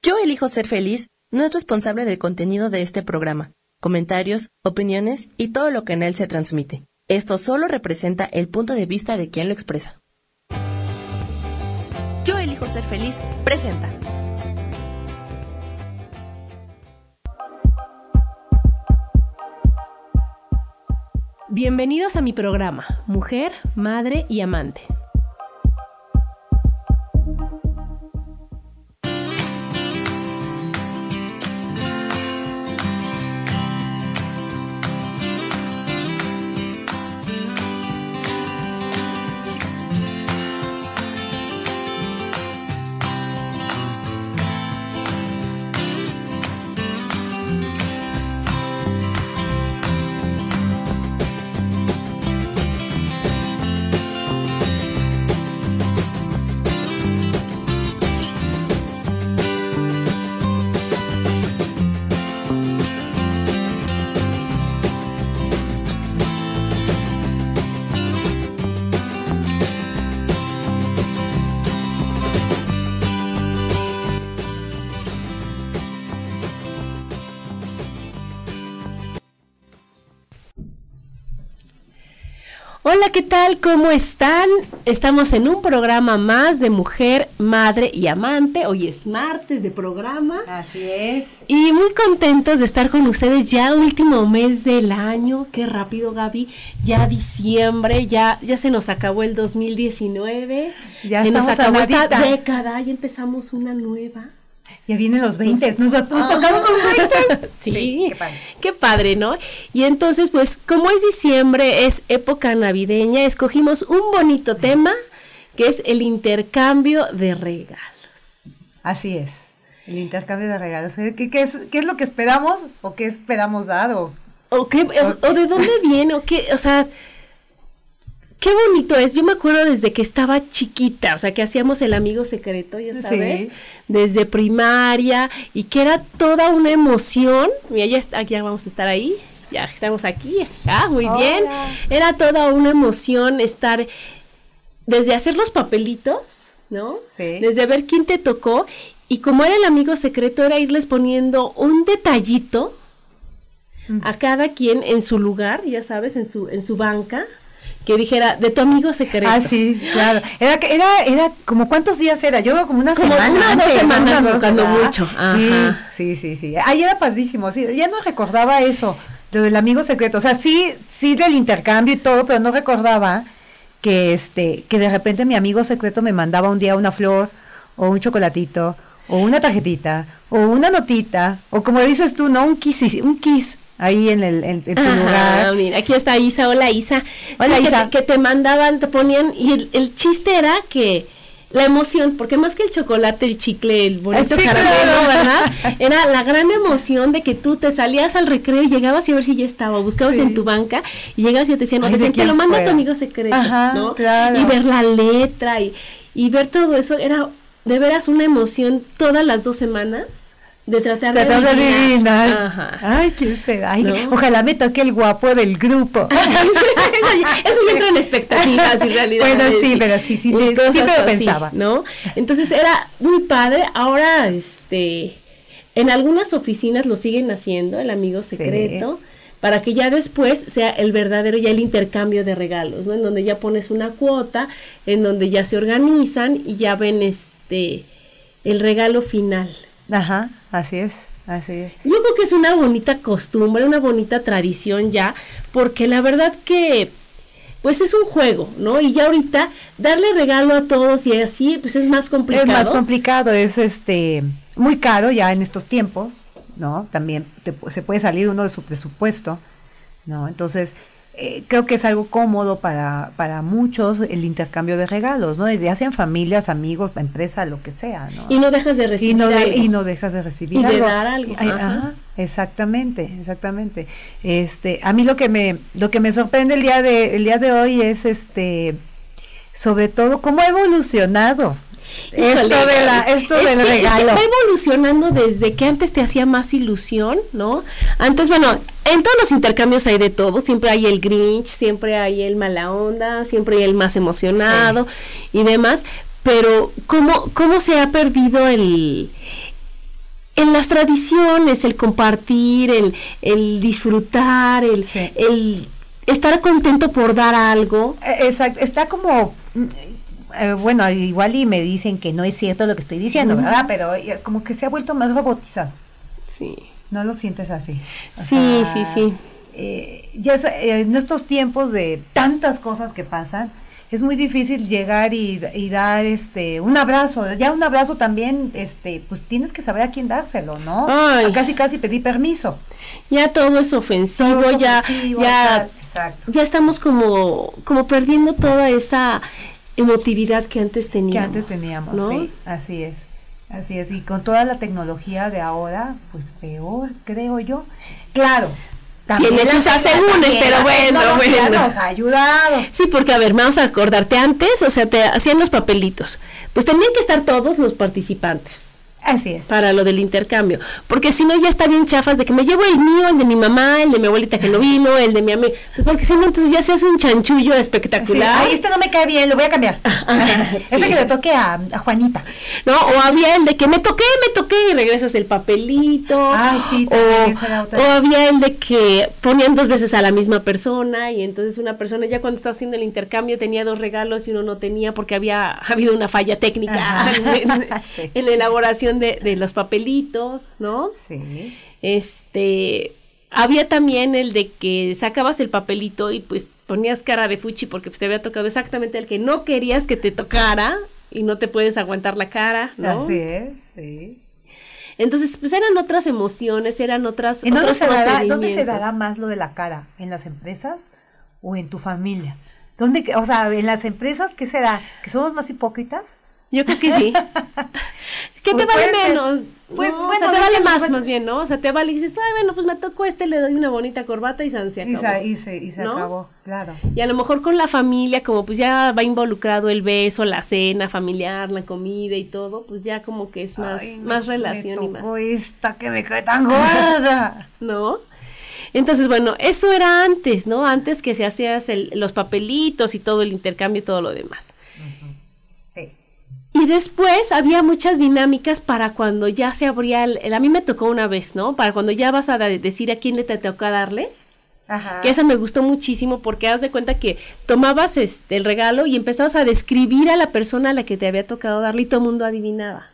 Yo elijo ser feliz no es responsable del contenido de este programa, comentarios, opiniones y todo lo que en él se transmite. Esto solo representa el punto de vista de quien lo expresa. Yo elijo ser feliz presenta. Bienvenidos a mi programa, Mujer, Madre y Amante. Hola, ¿qué tal? ¿Cómo están? Estamos en un programa más de Mujer, Madre y Amante. Hoy es martes de programa. Así es. Y muy contentos de estar con ustedes ya último mes del año. Qué rápido, Gaby. Ya diciembre, ya se nos acabó el 2019. Ya se nos acabó esta década. Ya empezamos una nueva. Ya vienen los 20, nos tocaron los 20. Sí, qué padre, ¿no? Y entonces, pues, como es diciembre, es época navideña, escogimos un bonito tema, que es el intercambio de regalos. Así es, el intercambio de regalos. ¿Qué es lo que esperamos o qué esperamos dar? ¿O de dónde viene? O sea, qué bonito es. Yo me acuerdo desde que estaba chiquita, o sea, que hacíamos el amigo secreto, ya sabes, sí, desde primaria, y que era toda una emoción. Mira, ya vamos a estar ahí, ya estamos aquí. Muy Hola. Bien. Era toda una emoción estar, desde hacer los papelitos, ¿no? Sí. Desde ver quién te tocó, y como era el amigo secreto, era irles poniendo un detallito a cada quien en su lugar, ya sabes, en su banca, que dijera, de tu amigo secreto. Ah, sí, claro. Era como, ¿cuántos días era? Yo como una semana. Como 2 semanas, buscando mucho. Ajá. Sí. Ahí era padrísimo, sí. Ya no recordaba eso, lo del amigo secreto. O sea, sí del intercambio y todo, pero no recordaba que de repente mi amigo secreto me mandaba un día una flor, o un chocolatito, o una tarjetita, o una notita, o como dices tú, ¿no? Un kiss. Ahí en tu lugar. Mira, aquí está Isa. Hola, Isa. Hola, sí, Isa. Que te mandaban, te ponían, y el chiste era que la emoción, porque más que el chocolate, el chicle, el bonito caramelo, ¿verdad? Era la gran emoción de que tú te salías al recreo y llegabas a ver si ya estaba, buscabas en tu banca y llegabas y te decían, te lo manda tu amigo secreto, ¿no? Claro. Y ver la letra y ver todo eso, era de veras una emoción todas las 2 semanas. De tratar de adivinar. Ajá. Ay, ¿quién será? Ay, ¿no? Ojalá me toque el guapo del grupo. eso ya entra en expectativas en realidad. Bueno, sí, pero sí, siempre lo pensaba, ¿no? Entonces era muy padre. Ahora, en algunas oficinas lo siguen haciendo, el amigo secreto, sí, para que ya después sea el verdadero, ya el intercambio de regalos, ¿no? En donde ya pones una cuota, en donde ya se organizan y ya ven el regalo final. Ajá, así es. Yo creo que es una bonita costumbre, una bonita tradición ya, porque la verdad que, pues es un juego, ¿no? Y ya ahorita, darle regalo a todos y así, pues es más complicado. Es más complicado, es muy caro ya en estos tiempos, ¿no? También se puede salir uno de su presupuesto, ¿no? Entonces, creo que es algo cómodo para muchos el intercambio de regalos, ¿no? Ya sean familias, amigos, empresa, lo que sea, ¿no? Y no dejas de recibir algo. Y no dejas de recibir algo. Y de dar algo. Ajá, exactamente. A mí lo que me sorprende el día de hoy es sobre todo cómo ha evolucionado. Esto del regalo. Es que va evolucionando desde que antes te hacía más ilusión, ¿no? Antes, bueno, en todos los intercambios hay de todo, siempre hay el Grinch, siempre hay el mala onda, siempre hay el más emocionado, sí, y demás, pero ¿cómo se ha perdido en las tradiciones, el compartir, el disfrutar, el estar contento por dar algo. Exacto, está como, bueno, igual y me dicen que no es cierto lo que estoy diciendo, ¿verdad? Pero como que se ha vuelto más robotizado. Sí. ¿No lo sientes así? Sí. Ya en estos tiempos de tantas cosas que pasan, es muy difícil llegar y dar un abrazo. Ya un abrazo también, pues tienes que saber a quién dárselo, ¿no? Ay. Casi pedir permiso. Ya todo es ofensivo, Todo es ya exacto. Ya estamos como perdiendo toda esa emotividad que antes teníamos. ¿no? Sí, así es, y con toda la tecnología de ahora, pues peor, creo yo. Claro, tiene sus asegúnes, pero bueno. Nos ha ayudado. Sí, porque a ver, vamos a acordarte antes, o sea, te hacían los papelitos, pues tenían que estar todos los participantes. Así es. Para lo del intercambio, porque si no ya está bien chafas de que me llevo el mío, el de mi mamá, el de mi abuelita que no vino, el de mi amigo, pues porque si no entonces ya se hace un chanchullo espectacular. Sí, no me cae bien, lo voy a cambiar. Ese que le toque a Juanita. No, o había el de que me toqué y regresas el papelito. Ay, sí, también esa era otra. O había el de que ponían 2 veces a la misma persona y entonces una persona ya cuando está haciendo el intercambio tenía 2 regalos y uno no tenía porque había habido una falla técnica en la elaboración de los papelitos, ¿no? Sí. Había también el de que sacabas el papelito y pues ponías cara de fuchi porque pues, te había tocado exactamente el que no querías que te tocara y no te puedes aguantar la cara, ¿no? Así es, sí. Entonces, pues eran otras emociones, eran otros ¿Dónde procedimientos. se dará más lo de la cara? ¿En las empresas o en tu familia? O sea, en las empresas, ¿qué se da? ¿Que somos más hipócritas? Yo creo que sí. ¿Qué te vale menos? Pues no, bueno, o sea, te vale más bien, ¿no? O sea, te vale y dices, ay, bueno, pues me tocó le doy una bonita corbata y se acabó. Y se ¿no? acabó, claro. Y a lo mejor con la familia, como pues ya va involucrado el beso, la cena familiar, la comida y todo, pues ya como que es más relación y más. Esta que me cae tan gorda. ¿No? Entonces, bueno, eso era antes, ¿no? Antes que se hacían los papelitos y todo el intercambio y todo lo demás. Sí. Y después había muchas dinámicas para cuando ya se abría a mí me tocó una vez, ¿no? Para cuando ya vas a decir a quién te toca darle. Ajá. Que esa me gustó muchísimo porque haz de cuenta que tomabas el regalo y empezabas a describir a la persona a la que te había tocado darle y todo el mundo adivinaba.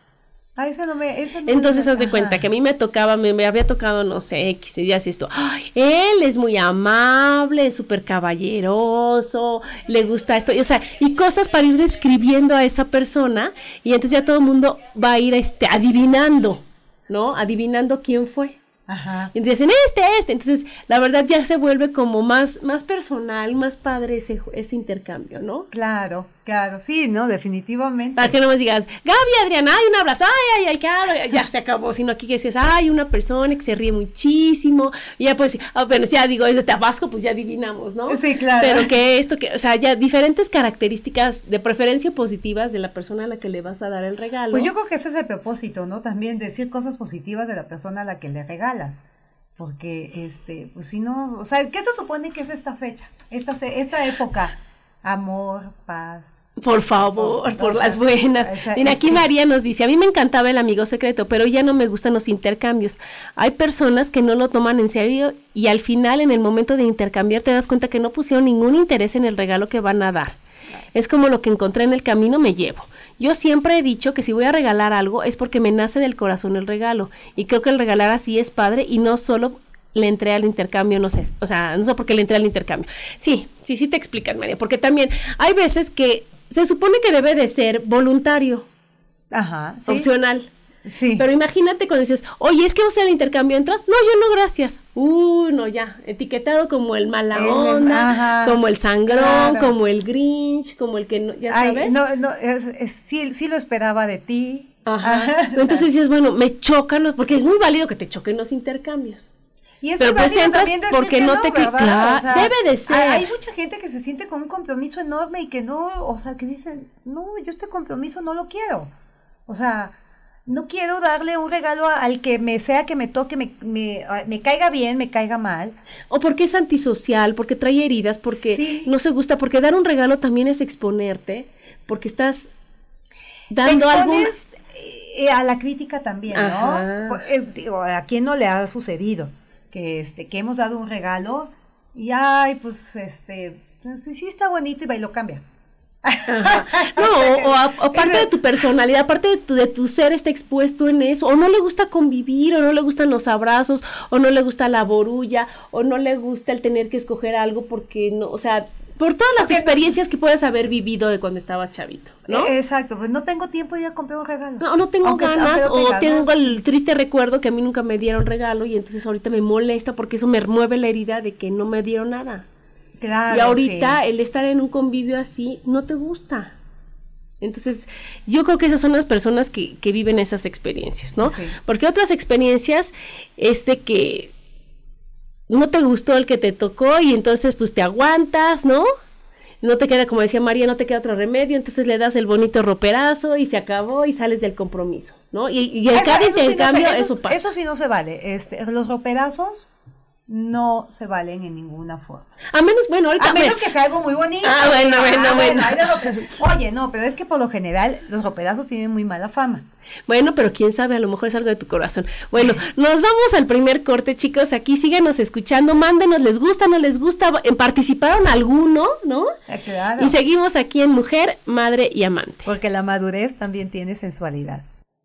Entonces haz de cuenta que a mí me había tocado, no sé, X, y así esto, ay, él es muy amable, es súper caballeroso, le gusta esto, y, o sea, y cosas para ir describiendo a esa persona, y entonces ya todo el mundo va a ir adivinando, ¿no? Adivinando quién fue. Ajá. Y entonces dicen, entonces la verdad ya se vuelve como más personal, más padre ese intercambio, ¿no? Claro, sí, no, definitivamente. Para que no me digas, Gaby, Adriana, ay, un abrazo, ay, ya se acabó, sino aquí que dices, ay, una persona que se ríe muchísimo, y ya pues, bueno, ya digo, es de Tabasco, pues ya adivinamos, ¿no? Sí, claro. Pero o sea, ya diferentes características de preferencia positivas de la persona a la que le vas a dar el regalo. Pues yo creo que ese es el propósito, ¿no? También decir cosas positivas de la persona a la que le regalas. Porque, pues si no, o sea, ¿qué se supone que es esta fecha? Esta época, amor, paz. Por favor, por las buenas. Mira, aquí María nos dice, a mí me encantaba el amigo secreto, pero ya no me gustan los intercambios. Hay personas que no lo toman en serio y al final, en el momento de intercambiar, te das cuenta que no pusieron ningún interés en el regalo que van a dar. Es como lo que encontré en el camino me llevo. Yo siempre he dicho que si voy a regalar algo es porque me nace del corazón el regalo. Y creo que el regalar así es padre y no solo le entré al intercambio, no sé. O sea, no sé por qué le entré al intercambio. Sí te explican, María. Porque también hay veces que se supone que debe de ser voluntario. Ajá. ¿Sí? Opcional. Sí. Pero imagínate cuando dices, oye, es que vamos a hacer el intercambio, ¿entras? No, yo no, gracias. No, ya, etiquetado como el mala onda, como el sangrón, claro, como el Grinch, como el que no, ya sabes. Sí lo esperaba de ti. Ajá. Entonces dices, bueno, me chocan, porque es muy válido que te choquen los intercambios. Y es pero pues entras porque no te claro, o sea, debe de ser. Hay mucha gente que se siente con un compromiso enorme y que no, o sea, que dicen, no, yo este compromiso no lo quiero. O sea, no quiero darle un regalo al que que me toque, me caiga bien, me caiga mal. O porque es antisocial, porque trae heridas, porque no se gusta, porque dar un regalo también es exponerte, porque estás dando algo. a la crítica también, ¿no? Digo, ¿a quién no le ha sucedido? Que hemos dado un regalo y pues sí está bonito y va y lo cambia. No, o aparte de tu personalidad, aparte de tu ser está expuesto en eso, o no le gusta convivir, o no le gustan los abrazos, o no le gusta la borulla, o no le gusta el tener que escoger algo porque no, o sea, por todas las experiencias que puedes haber vivido de cuando estabas chavito, ¿no? Exacto, pues no tengo tiempo de ir a comprar un regalo. No tengo ganas, o tengo el triste recuerdo que a mí nunca me dieron regalo y entonces ahorita me molesta porque eso me remueve la herida de que no me dieron nada. Claro, y ahorita el estar en un convivio así no te gusta. Entonces, yo creo que esas son las personas que viven esas experiencias, ¿no? Sí. Porque otras experiencias que no te gustó el que te tocó y entonces pues te aguantas, ¿no? No te queda, como decía María, no te queda otro remedio, entonces le das el bonito roperazo y se acabó y sales del compromiso, ¿no? Y el cambio, eso pasa. Eso sí no se vale. Los roperazos no se valen en ninguna forma. A menos que sea algo muy bonito. Bueno. Oye, no, pero es que por lo general los roperazos tienen muy mala fama. Bueno, pero quién sabe, a lo mejor es algo de tu corazón. Bueno, nos vamos al primer corte, chicos. Aquí síganos escuchando, mándenos, les gusta, no les gusta, participaron alguno, ¿no? Claro. Y seguimos aquí en Mujer, Madre y Amante. Porque la madurez también tiene sensualidad.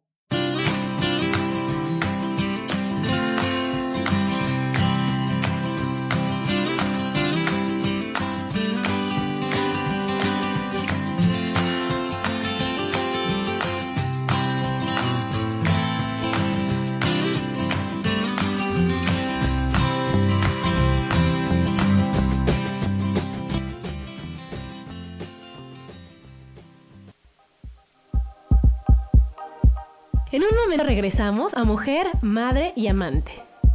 En un momento regresamos a Mujer, Madre y Amante.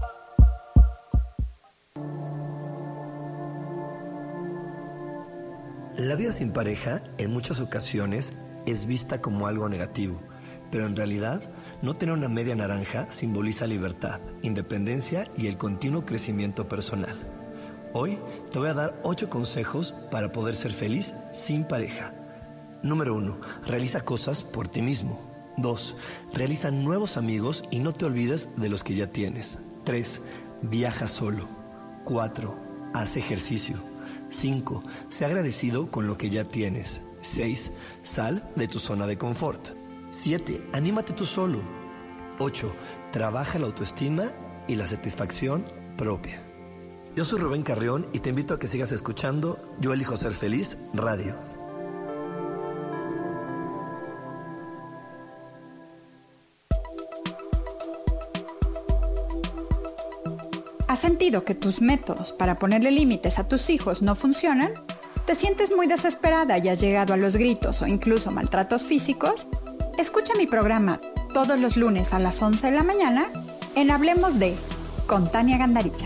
La vida sin pareja en muchas ocasiones es vista como algo negativo, pero en realidad no tener una media naranja simboliza libertad, independencia y el continuo crecimiento personal. Hoy te voy a dar 8 consejos para poder ser feliz sin pareja. Número 1. Realiza cosas por ti mismo. 2. Realiza nuevos amigos y no te olvides de los que ya tienes. 3. Viaja solo. 4. Haz ejercicio. 5. Sé agradecido con lo que ya tienes. 6. Sal de tu zona de confort. 7. Anímate tú solo. 8. Trabaja la autoestima y la satisfacción propia. Yo soy Rubén Carrión y te invito a que sigas escuchando Yo Elijo Ser Feliz Radio. ¿Has sentido que tus métodos para ponerle límites a tus hijos no funcionan? ¿Te sientes muy desesperada y has llegado a los gritos o incluso maltratos físicos? Escucha mi programa todos los lunes a las 11 de la mañana en Hablemos de con Tania Gandarilla.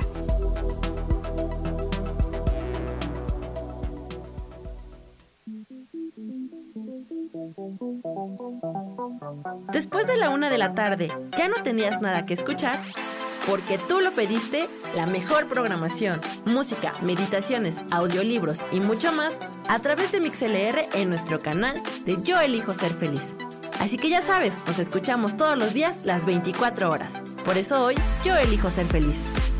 Después de la 1 de la tarde, ¿ya no tenías nada que escuchar? Porque tú lo pediste, la mejor programación, música, meditaciones, audiolibros y mucho más a través de MixLR en nuestro canal de Yo Elijo Ser Feliz. Así que ya sabes, nos escuchamos todos los días las 24 horas. Por eso hoy, yo elijo ser feliz.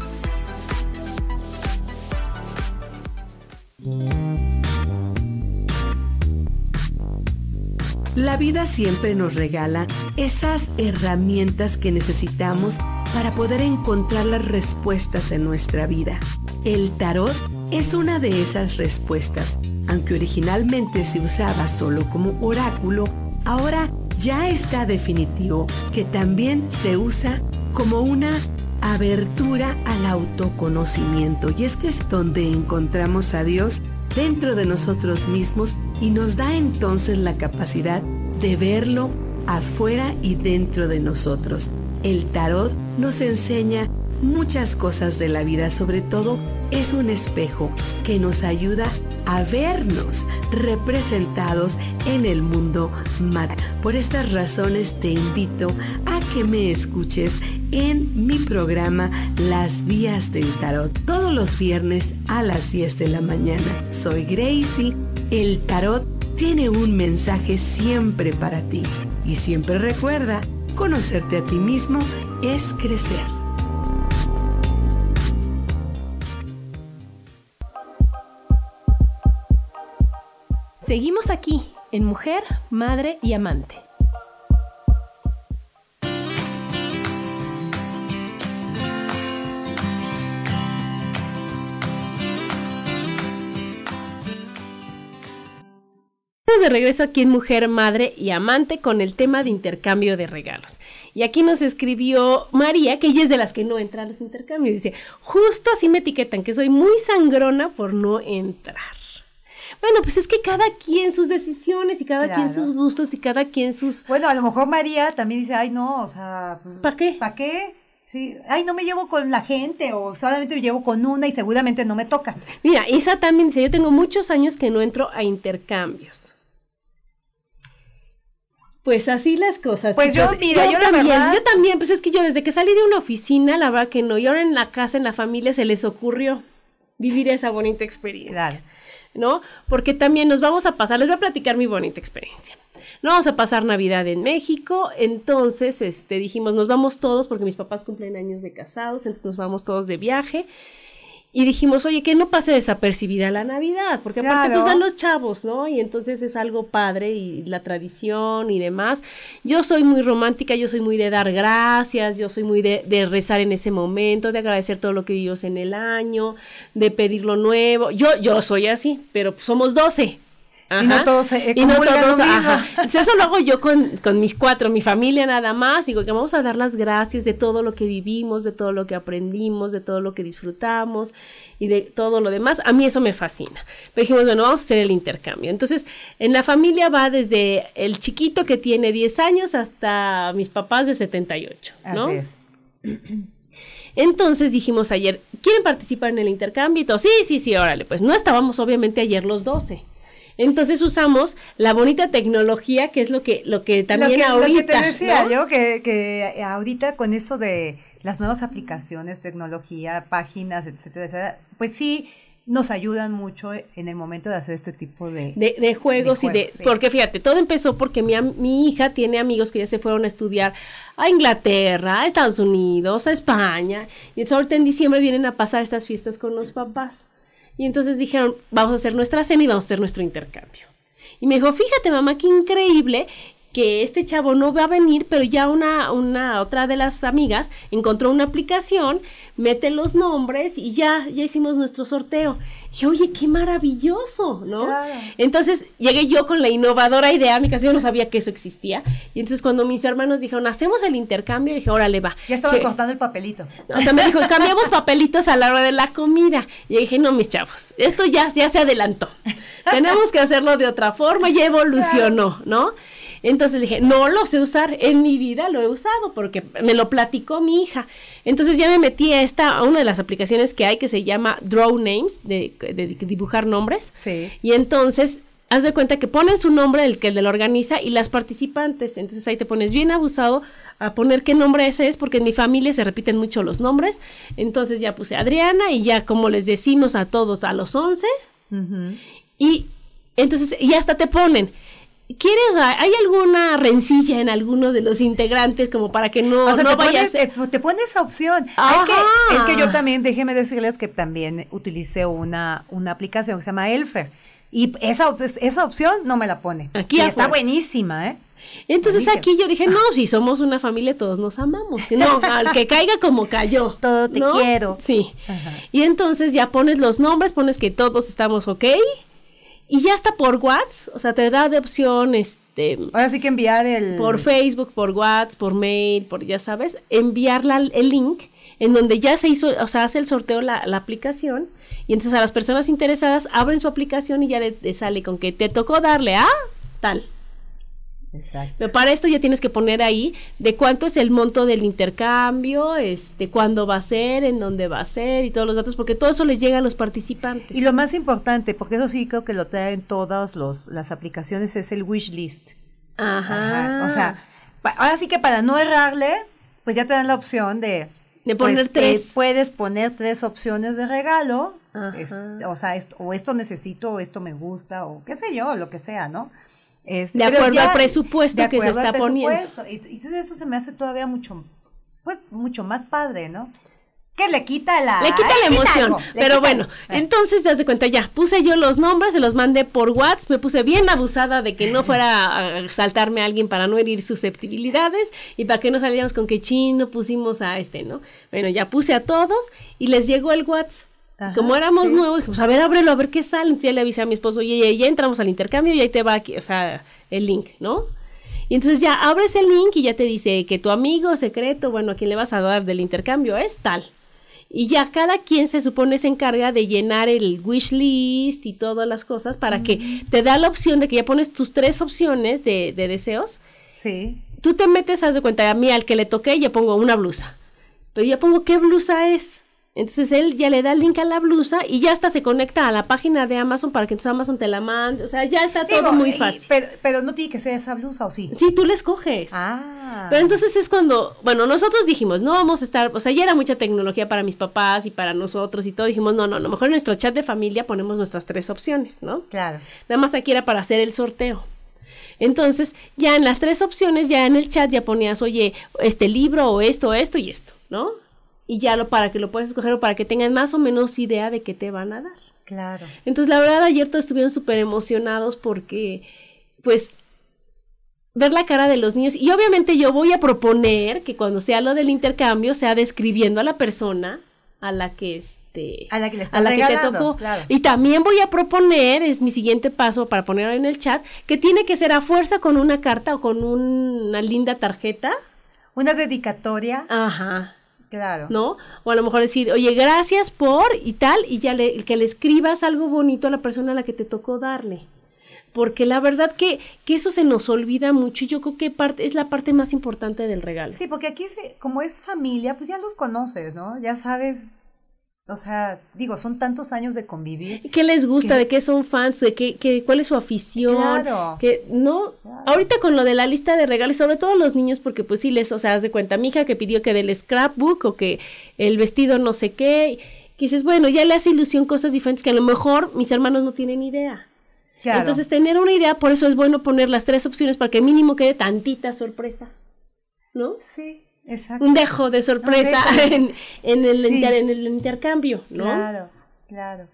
La vida siempre nos regala esas herramientas que necesitamos para poder encontrar las respuestas en nuestra vida. El tarot es una de esas respuestas. Aunque originalmente se usaba solo como oráculo, ahora ya está definitivo que también se usa como una abertura al autoconocimiento. Y es que es donde encontramos a Dios dentro de nosotros mismos y nos da entonces la capacidad de verlo afuera y dentro de nosotros. El tarot nos enseña muchas cosas de la vida, sobre todo es un espejo que nos ayuda a vernos representados en el mundo material. Por estas razones te invito a que me escuches en mi programa Las Vías del Tarot, todos los viernes a las 10 de la mañana. Soy Gracie. El tarot tiene un mensaje siempre para ti. Y siempre recuerda Conocerte a ti mismo es crecer. Seguimos aquí en Mujer, Madre y Amante. De regreso aquí en Mujer, Madre y Amante con el tema de intercambio de regalos. Y aquí nos escribió María, que ella es de las que no entra a los intercambios. Dice, justo así me etiquetan, que soy muy sangrona por no entrar. Bueno, pues es que cada quien sus decisiones y cada quien sus gustos y cada quien sus... Bueno, a lo mejor María también dice, ay no, o sea... Pues, ¿para qué? ¿Para qué? Sí. Ay, no me llevo con la gente o solamente me llevo con una y seguramente no me toca. Mira, Isa también dice, yo tengo muchos años que no entro a intercambios. Pues así las cosas. Pues chicos. yo, mira, yo también, pues es que yo desde que salí de una oficina, la verdad que no, y ahora en la casa, en la familia, se les ocurrió vivir esa bonita experiencia. Claro. ¿No? Porque también nos vamos a pasar, les voy a platicar mi bonita experiencia. No vamos a pasar Navidad en México, entonces dijimos, nos vamos todos, porque mis papás cumplen años de casados, entonces nos vamos todos de viaje. Y dijimos, oye, que no pase desapercibida la Navidad, porque aparte pues van los chavos, ¿no? Y entonces es algo padre y la tradición y demás. Yo soy muy romántica, yo soy muy de dar gracias, yo soy muy de rezar en ese momento, de agradecer todo lo que vivimos en el año, de pedir lo nuevo. Yo soy así, pero somos 12. Ajá. Y no todos, ajá. Entonces eso lo hago yo con mis 4, mi familia nada más, digo que vamos a dar las gracias de todo lo que vivimos, de todo lo que aprendimos, de todo lo que disfrutamos y de todo lo demás. A mí eso me fascina. Pero dijimos, bueno, vamos a hacer el intercambio. Entonces, en la familia va desde el chiquito que tiene 10 años hasta mis papás de 78, ¿no? Así es. Entonces dijimos ayer, ¿quieren participar en el intercambio? Y todo, sí, órale, pues no estábamos obviamente ayer los 12. Entonces usamos la bonita tecnología, que es lo que también ahorita. Lo que te decía, ¿no? yo, que ahorita con esto de las nuevas aplicaciones, tecnología, páginas, etcétera, pues sí nos ayudan mucho en el momento de hacer este tipo de juegos sí. Porque fíjate, todo empezó porque mi hija tiene amigos que ya se fueron a estudiar a Inglaterra, a Estados Unidos, a España, y entonces ahorita en diciembre vienen a pasar estas fiestas con los papás. Y entonces dijeron, vamos a hacer nuestra cena y vamos a hacer nuestro intercambio. Y me dijo, fíjate mamá, qué increíble que este chavo no va a venir, pero ya otra de las amigas encontró una aplicación, mete los nombres y ya hicimos nuestro sorteo. Y dije, oye, qué maravilloso, ¿no? Claro. Entonces llegué yo con la innovadora idea, mi casa yo no sabía que eso existía. Y entonces cuando mis hermanos dijeron, hacemos el intercambio, dije, órale, va. Ya estaba cortando el papelito. O sea, me dijo, cambiamos papelitos a la hora de la comida. Y dije, no, mis chavos, esto ya se adelantó. Tenemos que hacerlo de otra forma, ya evolucionó, ¿no? Entonces dije, no lo sé usar, en mi vida lo he usado porque me lo platicó mi hija. Entonces ya me metí a una de las aplicaciones que hay que se llama Draw Names, de dibujar nombres. Sí. Y entonces, haz de cuenta que ponen su nombre, el que lo organiza, y las participantes. Entonces ahí te pones bien abusado a poner qué nombre ese es, porque en mi familia se repiten mucho los nombres. Entonces ya puse Adriana y ya como les decimos a todos a los 11. Uh-huh. Y entonces, y hasta te ponen... ¿hay alguna rencilla en alguno de los integrantes como para que no vayas? Te pones esa opción. Es que yo también, déjenme decirles que también utilicé una aplicación que se llama Elfer. Y esa opción no me la pone. Aquí está buenísima, ¿eh? Entonces aquí yo dije, no, si somos una familia, todos nos amamos. No, al que caiga como cayó. Todo te quiero. Sí. Ajá. Y entonces ya pones los nombres, pones que todos estamos ok. Y ya está por WhatsApp, o sea, te da de opción, ahora sí que enviar por Facebook, por WhatsApp, por mail, ya sabes, enviar el link en donde ya se hizo, o sea, hace el sorteo la aplicación, y entonces a las personas interesadas abren su aplicación y ya le sale con que te tocó darle a tal. Exacto. Pero para esto ya tienes que poner ahí de cuánto es el monto del intercambio, cuándo va a ser, en dónde va a ser y todos los datos, porque todo eso les llega a los participantes. Y lo más importante, porque eso sí creo que lo traen todas las aplicaciones, es el wish list. Ajá. O sea, ahora sí que para no errarle, pues ya te dan la opción de poner 3. Puedes poner 3 opciones de regalo. Ajá. O sea, esto necesito, o esto me gusta, o qué sé yo, lo que sea, ¿no? De acuerdo al presupuesto que se está poniendo. Y entonces eso se me hace todavía mucho más padre, ¿no? Que le quita la emoción. Pero bueno, entonces te das cuenta, ya, puse yo los nombres, se los mandé por WhatsApp, me puse bien abusada de que no fuera a saltarme a alguien para no herir susceptibilidades y para que no saliéramos con que no pusimos a ¿no? Bueno, ya puse a todos y les llegó el WhatsApp. Ajá, como éramos nuevos, pues a ver, ábrelo, a ver qué sale. Entonces ya le avisé a mi esposo, oye, ya entramos al intercambio y ahí te va aquí, o sea, el link, ¿no? Y entonces ya abres el link y ya te dice que tu amigo secreto, bueno, a quien le vas a dar del intercambio es tal. Y ya cada quien se supone se encarga de llenar el wish list y todas las cosas para que te da la opción de que ya pones tus 3 opciones de deseos. Sí. Tú te metes, haz de cuenta, a mí al que le toqué ya pongo una blusa. Pero ya pongo qué blusa es. Entonces él ya le da el link a la blusa y ya hasta se conecta a la página de Amazon para que entonces Amazon te la mande. O sea, ya está todo muy fácil. Pero no tiene que ser esa blusa, ¿o sí? Sí, tú la escoges. Pero entonces es cuando, bueno, nosotros dijimos, no vamos a estar, o sea, ya era mucha tecnología para mis papás y para nosotros y todo. Dijimos, no, mejor en nuestro chat de familia ponemos nuestras 3 opciones, ¿no? Claro. Nada más aquí era para hacer el sorteo. Entonces, ya en las 3 opciones, ya en el chat ya ponías, oye, este libro o esto y esto, ¿no? Y ya para que lo puedas escoger o para que tengan más o menos idea de qué te van a dar. Claro. Entonces, la verdad, ayer todos estuvieron súper emocionados porque, pues, ver la cara de los niños. Y obviamente yo voy a proponer que cuando sea lo del intercambio, sea describiendo a la persona a la que le está regalando, te tocó. Claro. Y también voy a proponer, es mi siguiente paso para ponerlo en el chat, que tiene que ser a fuerza con una carta o con una linda tarjeta. Una dedicatoria. Ajá. Claro. ¿No? O a lo mejor decir, oye, gracias por y tal, y ya que le escribas algo bonito a la persona a la que te tocó darle. Porque la verdad que eso se nos olvida mucho y yo creo que es la parte más importante del regalo. Sí, porque aquí como es familia, pues ya los conoces, ¿no? Ya sabes, o sea, digo, son tantos años de convivir. ¿Qué les gusta? ¿De qué son fans? ¿De cuál es su afición? Claro. Claro. Ahorita con lo de la lista de regalos, sobre todo los niños, porque pues sí o sea, haz de cuenta, mi hija que pidió que del scrapbook o que el vestido no sé qué, que dices, bueno, ya le hace ilusión cosas diferentes que a lo mejor mis hermanos no tienen idea. Claro. Entonces, tener una idea, por eso es bueno poner las 3 opciones para que mínimo quede tantita sorpresa, ¿no? Sí. Exacto. Un dejo de sorpresa en el intercambio, ¿no? Claro.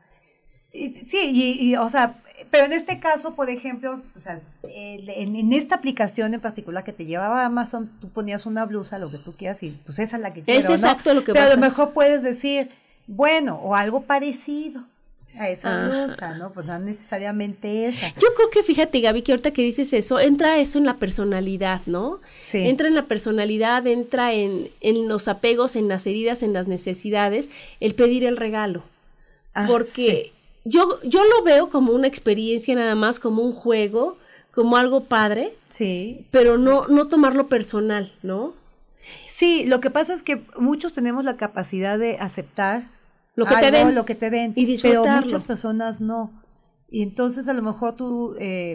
Sí, o sea, pero en este caso, por ejemplo, o sea, en esta aplicación en particular que te llevaba a Amazon, tú ponías una blusa, lo que tú quieras, y pues esa es la que quiero, es exacto, ¿no? Lo que pero a lo mejor puedes decir, bueno, o algo parecido a esa blusa, ¿no? Pues no necesariamente esa. Yo creo que, fíjate, Gaby, que ahorita que dices eso, entra eso en la personalidad, ¿no? Sí. Entra en la personalidad, entra en los apegos, en las heridas, en las necesidades, el pedir el regalo. Porque yo lo veo como una experiencia nada más, como un juego, como algo padre, pero no tomarlo personal, ¿no? Sí, lo que pasa es que muchos tenemos la capacidad de aceptar lo que te den y disfrutarlo. Pero muchas personas no. Y entonces a lo mejor tú,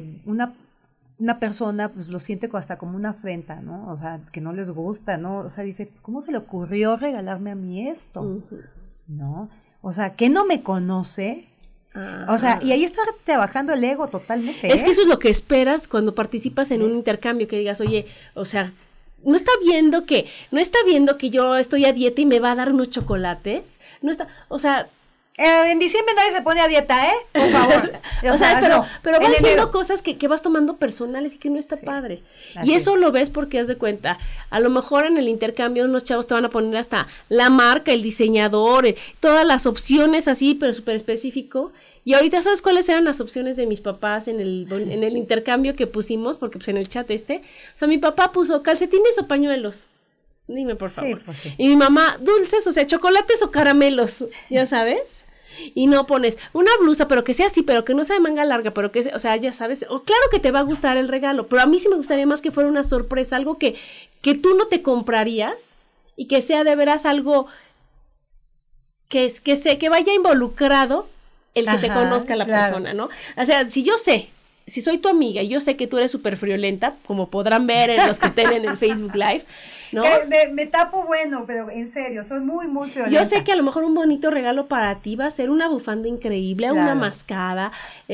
una persona pues lo siente hasta como una afrenta, ¿no? O sea, que no les gusta, ¿no? O sea, dice, ¿cómo se le ocurrió regalarme a mí esto? Uh-huh. ¿No? O sea, ¿que no me conoce? O sea, y ahí está trabajando el ego totalmente. Es que eso es lo que esperas cuando participas en un intercambio, que digas, oye, o sea, no está viendo que yo estoy a dieta y me va a dar unos chocolates. No está, o sea, en diciembre nadie se pone a dieta, por favor. O sea, pero van siendo cosas que vas tomando personales y que no está padre. Y eso lo ves porque haz de cuenta, a lo mejor en el intercambio unos chavos te van a poner hasta la marca, el diseñador, todas las opciones así, pero súper específico. Y ahorita, ¿sabes cuáles eran las opciones de mis papás en el intercambio que pusimos? Porque pues en el chat o sea, mi papá puso calcetines o pañuelos. Dime, por favor. Pues sí. Y mi mamá, dulces, o sea, chocolates o caramelos, ya sabes. Y no pones una blusa, pero que sea así, pero que no sea de manga larga, pero que sea, o sea, ya sabes. O claro que te va a gustar el regalo, pero a mí sí me gustaría más que fuera una sorpresa, algo que tú no te comprarías y que sea de veras algo que vaya involucrado el que te conozca la persona, ¿no? O sea, si yo sé si soy tu amiga y yo sé que tú eres súper friolenta, como podrán ver en los que estén en el Facebook Live, ¿no? Me tapo bueno, pero en serio, soy muy, muy friolenta. Yo sé que a lo mejor un bonito regalo para ti va a ser una bufanda increíble, una mascada,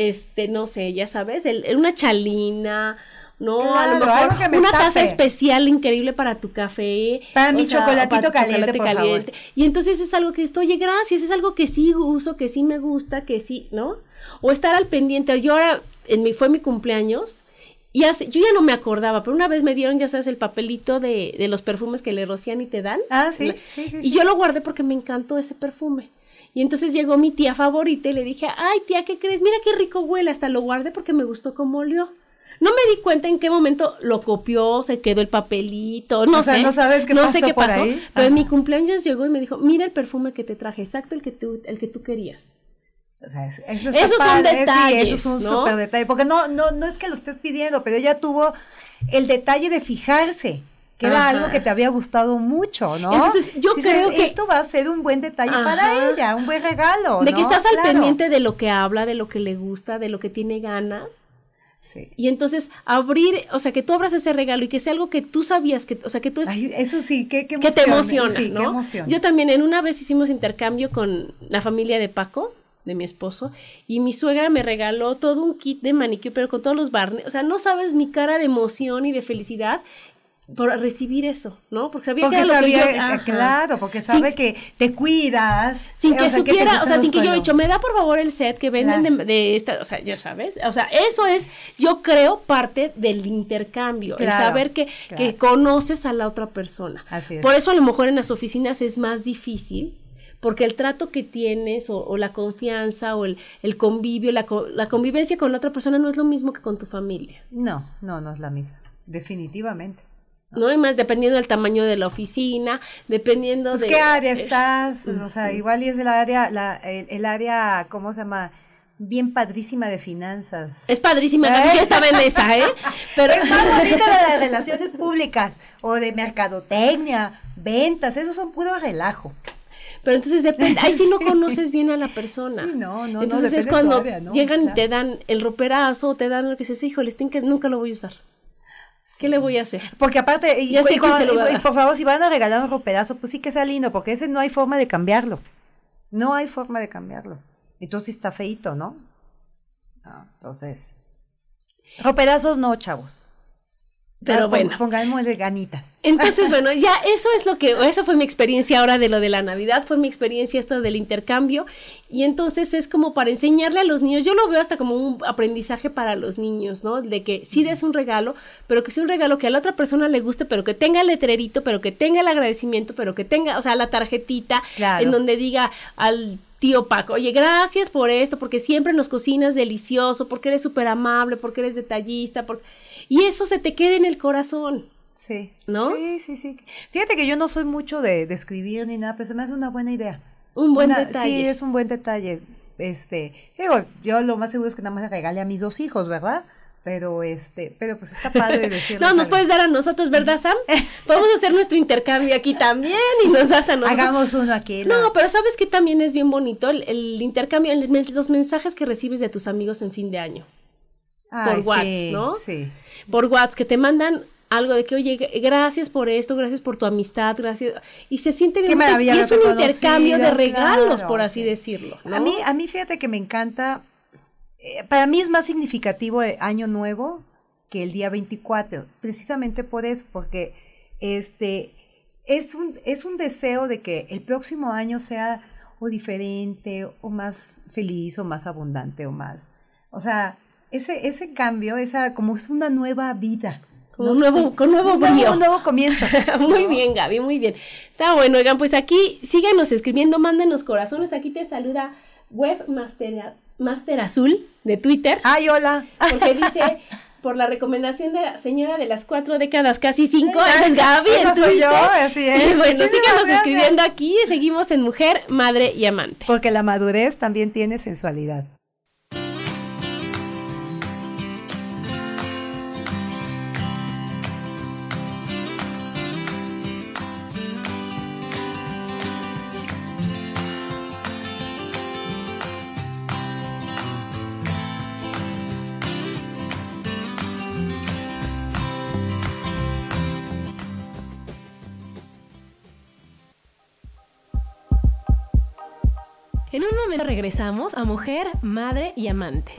no sé, ya sabes, una chalina, ¿no? Claro, a lo algo que mejor me una tape. taza especial increíble para tu café. Para mi o sea, chocolatito para tu caliente, por favor. Y entonces es algo que oye, gracias, es algo que sí uso, que sí me gusta, que sí, ¿no? O estar al pendiente. Yo ahora, fue mi cumpleaños, y yo ya no me acordaba, pero una vez me dieron, ya sabes, el papelito de los perfumes que le rocían y te dan. Ah, sí. Sí. Y yo lo guardé porque me encantó ese perfume. Y entonces llegó mi tía favorita y le dije, ay, tía, ¿qué crees? Mira qué rico huele. Hasta lo guardé porque me gustó cómo olió. No me di cuenta en qué momento lo copió, se quedó el papelito, no sé. No sabes qué no pasó sé qué por pasó, ahí. pero en mi cumpleaños llegó y me dijo, mira el perfume que te traje, exacto el que tú querías. O sea, eso Esos son detalles, sí, eso es un ¿no? súper detalle, porque no es que lo estés pidiendo, pero ella tuvo el detalle de fijarse, que era algo que te había gustado mucho, ¿no? Entonces, yo creo que esto va a ser un buen detalle para ella, un buen regalo, de ¿no? que estás al Claro. pendiente de lo que habla, de lo que le gusta, de lo que tiene ganas. Sí. Y entonces abrir, o sea, que tú abras ese regalo y que sea algo que tú sabías, que, o sea, que tú Ay, eso sí, qué emoción, que te emociona, sí, ¿no? Qué emoción. Yo también en una vez hicimos intercambio con la familia de Paco, de mi esposo, y mi suegra me regaló todo un kit de manicure, pero con todos los barniz, o sea, no sabes mi cara de emoción y de felicidad por recibir eso, ¿no? Porque sabía que era lo que yo... Claro, porque sabe que te cuidas. Sin que supiera, o sea, sin que yo le he he dicho, me da por favor el set que venden de esta, o sea, ya sabes, o sea, eso es, yo creo, parte del intercambio, el saber que conoces a la otra persona. Así es. Por eso a lo mejor en las oficinas es más difícil, porque el trato que tienes o la confianza o el convivio, la convivencia con la otra persona no es lo mismo que con tu familia. No es la misma, definitivamente. ¿No? Y más dependiendo del tamaño de la oficina, dependiendo pues de... ¿qué área estás? O sea, igual y es el área, ¿cómo se llama? Bien padrísima de finanzas. Es padrísima, también yo estaba en esa, ¿eh? Pero es más bonita de las relaciones públicas, o de mercadotecnia, ventas, esos son puro relajo. Pero entonces depende, ahí sí no conoces bien a la persona. Sí, no, entonces es cuando llegan y te dan el roperazo, te dan lo que dices, híjole, nunca lo voy a usar. ¿Qué le voy a hacer? Porque aparte, y por favor, si van a regalar un roperazo, pues sí que sea lindo, porque ese no hay forma de cambiarlo. No hay forma de cambiarlo. Entonces está feíto, ¿no? No, entonces, roperazos no, chavos. Pero bueno. Pongámosle ganitas. Entonces, bueno, ya eso fue mi experiencia ahora de lo de la Navidad, fue mi experiencia esto del intercambio, y entonces es como para enseñarle a los niños, yo lo veo hasta como un aprendizaje para los niños, ¿no? De que sí des un regalo, pero que sea un regalo que a la otra persona le guste, pero que tenga el letrerito, pero que tenga el agradecimiento, pero que tenga, o sea, la tarjetita, claro, en donde diga al tío Paco, oye, gracias por esto, porque siempre nos cocinas delicioso, porque eres súper amable, porque eres detallista, y eso se te queda en el corazón. Sí. ¿No? Sí. Fíjate que yo no soy mucho de escribir ni nada, pero se me hace una buena idea. Un buen detalle. Sí, es un buen detalle. Digo, yo lo más seguro es que nada más le regale a mis 2 hijos, ¿verdad? Pero pues está padre decirlo. No, nos puedes dar a nosotros, ¿verdad, Sam? Podemos hacer nuestro intercambio aquí también y nos das a nosotros. Hagamos uno aquí. No, pero ¿sabes qué también es bien bonito? El intercambio, los mensajes que recibes de tus amigos en fin de año. Por WhatsApp, ¿no? Sí. Por WhatsApp, que te mandan algo de que, oye, gracias por esto, gracias por tu amistad, gracias. Y se siente bien. Y es un intercambio de regalos, claro, por así decirlo, ¿no? A mí fíjate que me encanta. Para mí es más significativo el Año Nuevo que el día 24, precisamente por eso, porque es un deseo de que el próximo año sea o diferente, o más feliz, o más abundante, o más, o sea, ese cambio, como es una nueva vida. Con nuevo brío. Un nuevo comienzo. Muy bien, Gaby, muy bien. Está bueno, oigan, pues aquí síganos escribiendo, mándenos corazones. Aquí te saluda Webmaster Azul de Twitter. Ay, hola. Porque dice, por la recomendación de la señora de las 4 décadas, casi 5, esa es Gaby en Twitter. Soy yo, así es. Y bueno, síganos escribiendo aquí, seguimos en Mujer, Madre y Amante. Porque la madurez también tiene sensualidad. En un momento regresamos a Mujer, Madre y Amante.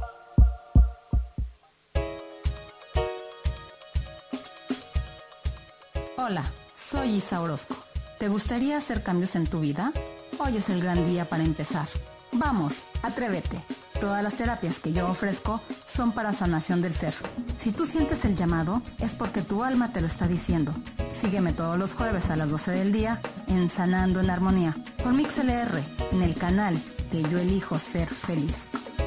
Hola, soy Isa Orozco. ¿Te gustaría hacer cambios en tu vida? Hoy es el gran día para empezar. Vamos, atrévete. Todas las terapias que yo ofrezco son para sanación del ser. Si tú sientes el llamado, es porque tu alma te lo está diciendo. Sígueme todos los jueves a las 12 del día en Sanando en Armonía por MixLR, en el canal de Yo Elijo Ser Feliz.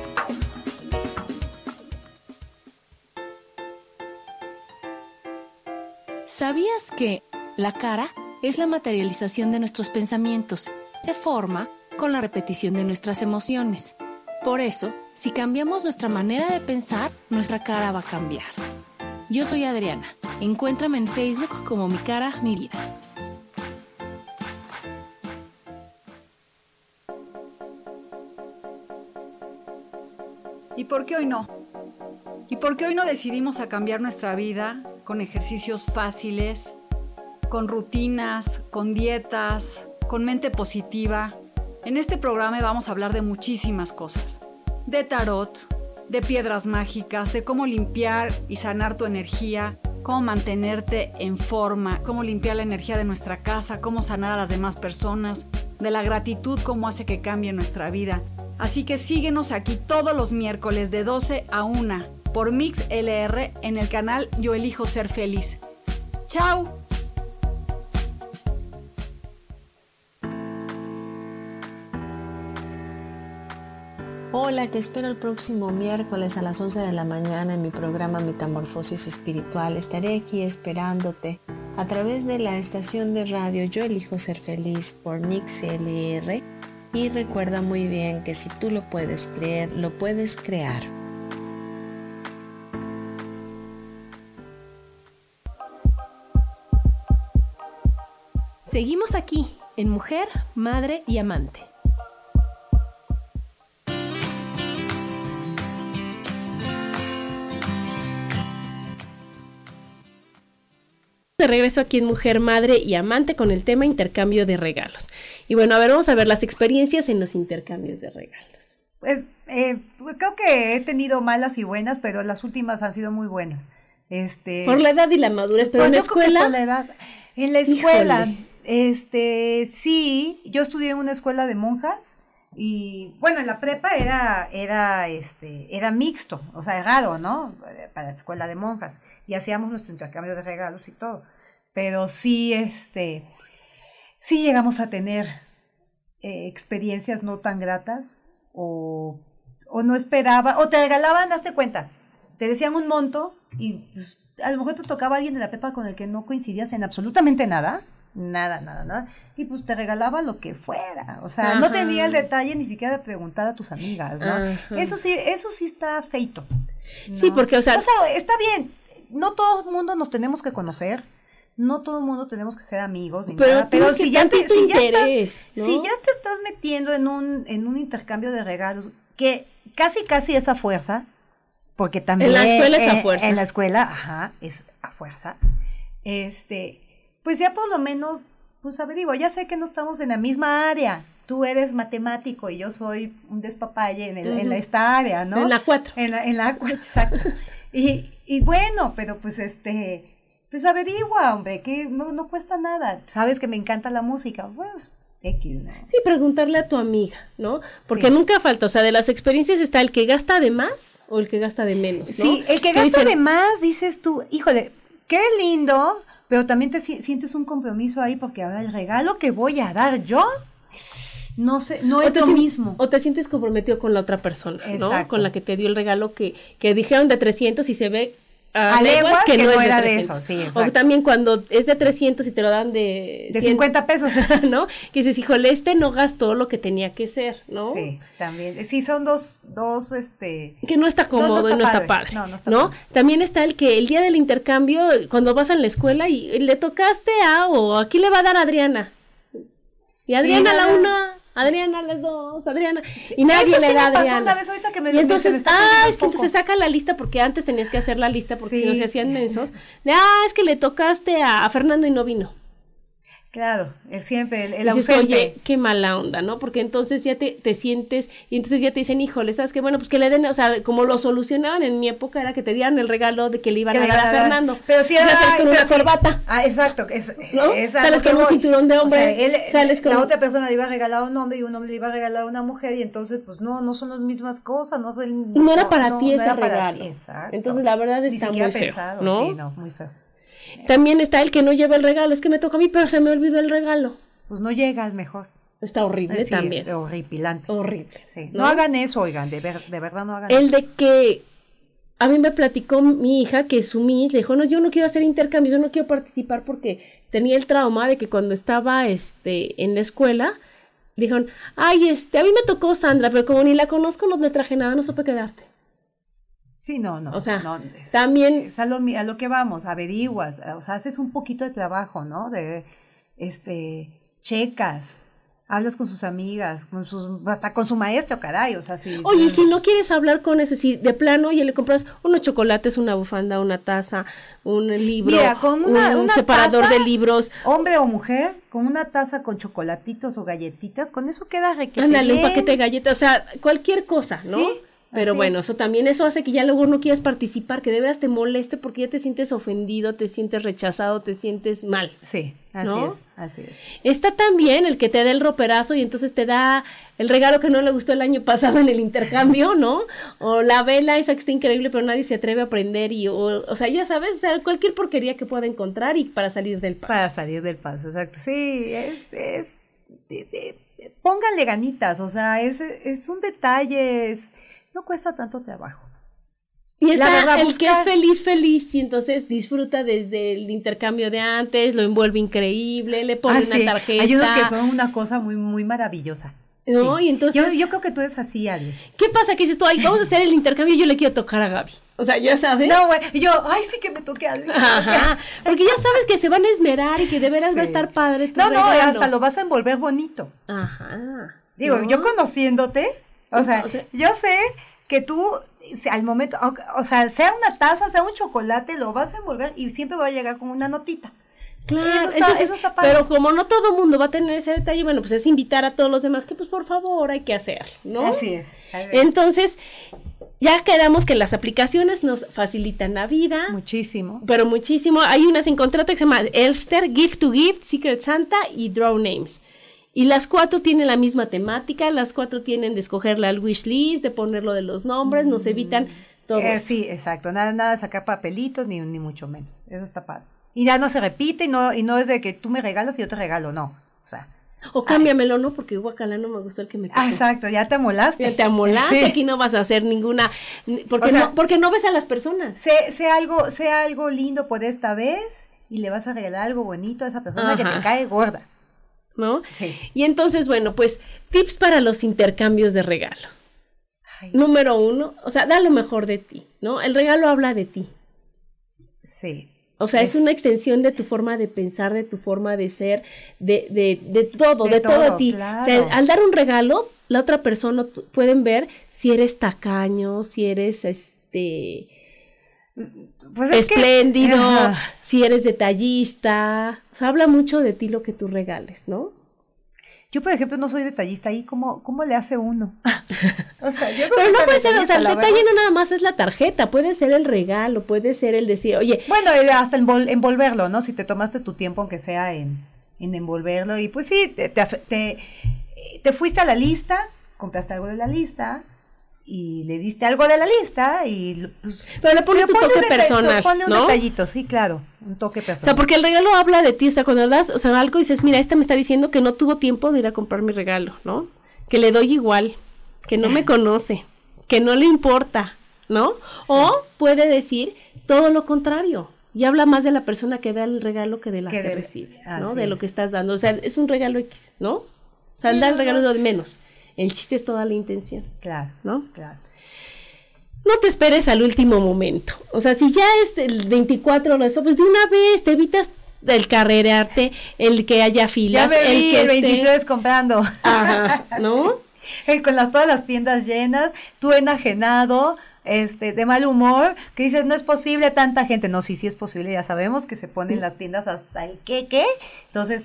¿Sabías que la cara es la materialización de nuestros pensamientos? Se forma con la repetición de nuestras emociones. Por eso, si cambiamos nuestra manera de pensar, nuestra cara va a cambiar. Yo soy Adriana. Encuéntrame en Facebook como Mi Cara, Mi Vida. ¿Y por qué hoy no? ¿Y por qué hoy no decidimos a cambiar nuestra vida con ejercicios fáciles, con rutinas, con dietas, con mente positiva? En este programa vamos a hablar de muchísimas cosas. De tarot, de piedras mágicas, de cómo limpiar y sanar tu energía, cómo mantenerte en forma, cómo limpiar la energía de nuestra casa, cómo sanar a las demás personas, de la gratitud, cómo hace que cambie nuestra vida. Así que síguenos aquí todos los miércoles de 12 a 1 por MixLR en el canal Yo Elijo Ser Feliz. ¡Chao! Hola, te espero el próximo miércoles a las 11 de la mañana en mi programa Metamorfosis Espiritual. Estaré aquí esperándote a través de la estación de radio Yo Elijo Ser Feliz por MixLR. Y recuerda muy bien que si tú lo puedes creer, lo puedes crear. Seguimos aquí en Mujer, Madre y Amante. De regreso aquí en Mujer, Madre y Amante con el tema intercambio de regalos. Y bueno, a ver, vamos a ver las experiencias en los intercambios de regalos. Pues creo que he tenido malas y buenas, pero las últimas han sido muy buenas. Por la edad y la madurez, pero pues en la yo creo que escuela. por la edad. En la escuela, Híjole. sí, yo estudié en una escuela de monjas. Y bueno, en la prepa era mixto, o sea, raro, ¿no? Para la escuela de monjas. Y hacíamos nuestro intercambio de regalos y todo. Pero sí, sí llegamos a tener experiencias no tan gratas o no esperaba, o te regalaban, hazte cuenta, te decían un monto y pues, a lo mejor te tocaba alguien de la prepa con el que no coincidías en absolutamente nada. Nada. Y pues te regalaba lo que fuera. O sea, no tenía el detalle ni siquiera de preguntar a tus amigas, ¿no? Ajá. Eso sí está feito, ¿no? Sí, porque, o sea, está bien. No todo el mundo nos tenemos que conocer. No todo el mundo tenemos que ser amigos. Ni nada, pero si ya te estás metiendo en un intercambio de regalos, que casi es a fuerza, porque también... En la escuela es a fuerza. En la escuela, es a fuerza. Pues ya por lo menos, pues averiguo, ya sé que no estamos en la misma área. Tú eres matemático y yo soy un despapalle en esta área, ¿no? En la 4. En la 4, exacto. Y bueno, pero pues pues averigua, hombre, que no cuesta nada. Sabes que me encanta la música, bueno, X, ¿no? Sí, preguntarle a tu amiga, ¿no? Porque nunca falta, o sea, de las experiencias está el que gasta de más o el que gasta de menos, ¿no? Sí, el que gasta de más, dices tú, híjole, qué lindo, pero también te sientes un compromiso ahí porque ahora el regalo que voy a dar yo, no sé, no es lo mismo. O te sientes comprometido con la otra persona, ¿no? Exacto. Con la que te dio el regalo que dijeron de 300 y se ve a leguas que no es era de de 300. eso, sí, exacto. O también cuando es de 300 y te lo dan de 50 pesos, ¿no? Que dices, híjole, no gastó lo que tenía que ser, ¿no? Sí, también. Sí, son dos que no está cómodo y no está padre, ¿no? También está el que el día del intercambio, cuando vas a la escuela y le tocaste o aquí le va a dar a Adriana. Y Adriana la una, Adriana las dos, Adriana. Y nadie le da a Adriana. Una vez ahorita que me y entonces, es que entonces saca la lista, porque antes tenías que hacer la lista, porque si no se hacían mensos. Es que le tocaste a Fernando y no vino. Claro, es siempre el dices, ausente. oye, qué mala onda, ¿no? Porque entonces ya te sientes, y entonces ya te dicen, híjole, ¿sabes qué? Bueno, pues que le den, o sea, como lo solucionaban en mi época era que te dieran el regalo de que le iban a dar a Fernando. Pero si ya sales con una corbata. Exacto. ¿No? Sales con un cinturón de hombre. O sea, sales con la otra persona le iba a regalar a un hombre y un hombre le iba a regalar a una mujer, y entonces, pues no son las mismas cosas, no era para ti ese regalo. Exacto. Entonces, la verdad está muy feo, pensado, ¿no? Sí, no, muy feo. También está el que no lleva el regalo, es que me toca a mí, pero se me olvidó el regalo. Pues no llegas mejor. Está horrible también. Horripilante. Horrible. Sí. No hagan eso, oigan, de verdad no hagan eso. El de que a mí me platicó mi hija que su Miss le dijo, no, yo no quiero hacer intercambios, yo no quiero participar porque tenía el trauma de que cuando estaba en la escuela, dijeron, ay, a mí me tocó Sandra, pero como ni la conozco, no le traje nada, no supe qué darte. Sí, no. O sea, también... Es a lo que vamos, averiguas, o sea, haces un poquito de trabajo, ¿no? Checas, hablas con sus amigas, hasta con su maestro, caray, o sea, sí. Oye, y si no quieres hablar con eso, si de plano, oye, le compras unos chocolates, una bufanda, una taza, un libro, mira, con un separador taza, de libros. Hombre o mujer, con una taza con chocolatitos o galletitas, con eso queda requete. Ándale, un paquete de galletas, o sea, cualquier cosa, ¿no? Sí. Pero bueno, eso hace que ya luego no quieras participar, que de veras te moleste porque ya te sientes ofendido, te sientes rechazado, te sientes mal. Sí, así es. Está también el que te da el roperazo y entonces te da el regalo que no le gustó el año pasado en el intercambio, ¿no? O la vela esa que está increíble pero nadie se atreve a prender o sea, ya sabes, o sea, cualquier porquería que pueda encontrar y para salir del paso. Para salir del paso, exacto. Sí, pónganle ganitas, o sea, es un detalle, no cuesta tanto trabajo. Y está el que es feliz, y entonces disfruta desde el intercambio de antes, lo envuelve increíble, le pone una tarjeta. Hay unos que son una cosa muy, muy maravillosa. ¿No? Sí. Y entonces... Yo creo que tú eres así, Ale. ¿Qué pasa? Que dices tú, ay, vamos a hacer el intercambio y yo le quiero tocar a Gaby. O sea, ya sabes. No, güey, y yo, ay, sí que me toque a Ale. Ajá, porque ya sabes que se van a esmerar y que de veras va a estar padre tu regalo. Hasta lo vas a envolver bonito. Ajá. Digo, yo conociéndote, o sea, yo sé que tú, al momento, o sea, sea una taza, sea un chocolate, lo vas a envolver y siempre va a llegar con una notita. Claro, eso está padre. Pero como no todo mundo va a tener ese detalle, bueno, pues es invitar a todos los demás que pues por favor hay que hacerlo, ¿no? Así es. Entonces, ya quedamos que las aplicaciones nos facilitan la vida. Muchísimo. Pero muchísimo. Hay unas en contrato que se llama Elfster, Gift to Gift, Secret Santa y Draw Names. Y las 4 tienen la misma temática, las 4 tienen de escogerle al wish list, de ponerlo de los nombres, nos evitan todo. Sí, exacto, nada de sacar papelitos ni mucho menos, eso está padre. Y ya no se repite y no es de que tú me regalas y yo te regalo, no, o sea. O cámbiamelo, ¿no? Porque guacala, no me gustó el que me tocó. Exacto, ya te amolaste. Ya te amolaste, sí. Aquí no vas a hacer ninguna, porque no ves a las personas. Sea algo lindo por esta vez y le vas a regalar algo bonito a esa persona que te cae gorda. ¿No? Sí. Y entonces, bueno, pues, tips para los intercambios de regalo. Número 1, o sea, da lo mejor de ti, ¿no? El regalo habla de ti. Sí. O sea, es una extensión de tu forma de pensar, de tu forma de ser, de todo a ti. Claro. O sea, al dar un regalo, la otra persona pueden ver si eres tacaño, si eres pues espléndido, si eres detallista, o sea, habla mucho de ti lo que tú regales, ¿no? Yo, por ejemplo, no soy detallista, ¿y cómo le hace uno? O sea, yo pero no puede ser, o sea, el detalle no nada más es la tarjeta, puede ser el regalo, puede ser el decir, oye... Bueno, hasta envolverlo, ¿no? Si te tomaste tu tiempo, aunque sea en envolverlo, y pues sí, te fuiste a la lista, compraste algo de la lista... y le diste algo de la lista y... Pues, pero le pones tu toque personal, ponle un ¿no? detallito, sí, claro, un toque personal. O sea, porque el regalo habla de ti, o sea, cuando das, o sea, algo dices, mira, me está diciendo que no tuvo tiempo de ir a comprar mi regalo, ¿no? Que le doy igual, que no me conoce, que no le importa, ¿no? O puede decir todo lo contrario, y habla más de la persona que da el regalo que de la que recibe, ¿no? De lo que estás dando, o sea, es un regalo X, ¿no? O sea, dar el regalo de menos. El chiste es toda la intención. Claro, ¿no? Claro. No te esperes al último momento. O sea, si ya es el 24 horas, pues de una vez te evitas el carrerearte, el que haya filas, ya me vi, el que el 23 comprando. Ajá, ¿no? Sí. Con todas las tiendas llenas, tú enajenado, de mal humor, que dices, no es posible tanta gente. No, sí es posible, ya sabemos que se ponen las tiendas hasta el queque. Entonces sí,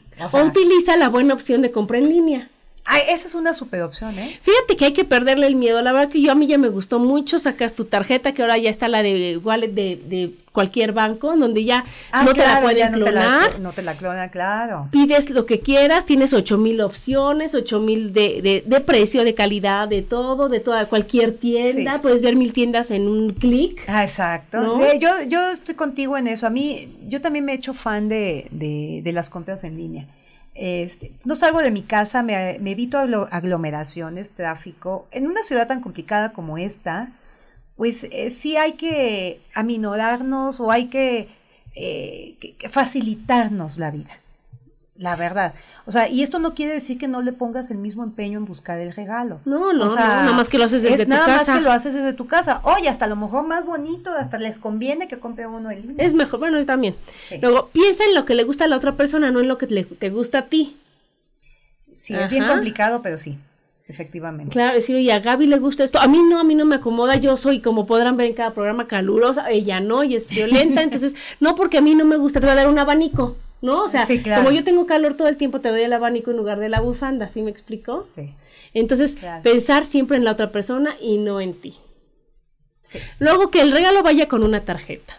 O utiliza la buena opción de compra en línea. Ay, esa es una super opción, ¿eh? Fíjate que hay que perderle el miedo. La verdad que a mí ya me gustó mucho. Sacas tu tarjeta, que ahora ya está la de wallet de cualquier banco, donde ya no te la pueden clonar. No te la clonan, claro. Pides lo que quieras, tienes 8,000 opciones, 8,000 de precio, de calidad, de todo, de toda cualquier tienda. Sí. Puedes ver 1,000 tiendas en un clic. Ah, exacto. ¿No? Yo estoy contigo en eso. A mí, yo también me he hecho fan de las compras en línea. No salgo de mi casa, me evito aglomeraciones, tráfico. En una ciudad tan complicada como esta, pues sí hay que aminorarnos o hay que facilitarnos la vida, la verdad. O sea, y esto no quiere decir que no le pongas el mismo empeño en buscar el regalo. No, nada más que lo haces desde tu casa. Nada más que lo haces desde tu casa. Oye, hasta a lo mejor más bonito, hasta les conviene que compre uno en línea. Es mejor, bueno, también. Sí. Luego, piensa en lo que le gusta a la otra persona, no en lo que te gusta a ti. Sí, es bien complicado, pero sí, efectivamente. Claro, decir, oye, a Gaby le gusta esto, a mí no me acomoda, yo soy, como podrán ver en cada programa, calurosa, ella no, y es violenta, entonces, no porque a mí no me gusta, te voy a dar un abanico. ¿No? O sea, sí, claro. Como yo tengo calor todo el tiempo, te doy el abanico en lugar de la bufanda, ¿sí me explico? Sí. Entonces, pensar siempre en la otra persona y no en ti. Sí. Luego, que el regalo vaya con una tarjeta.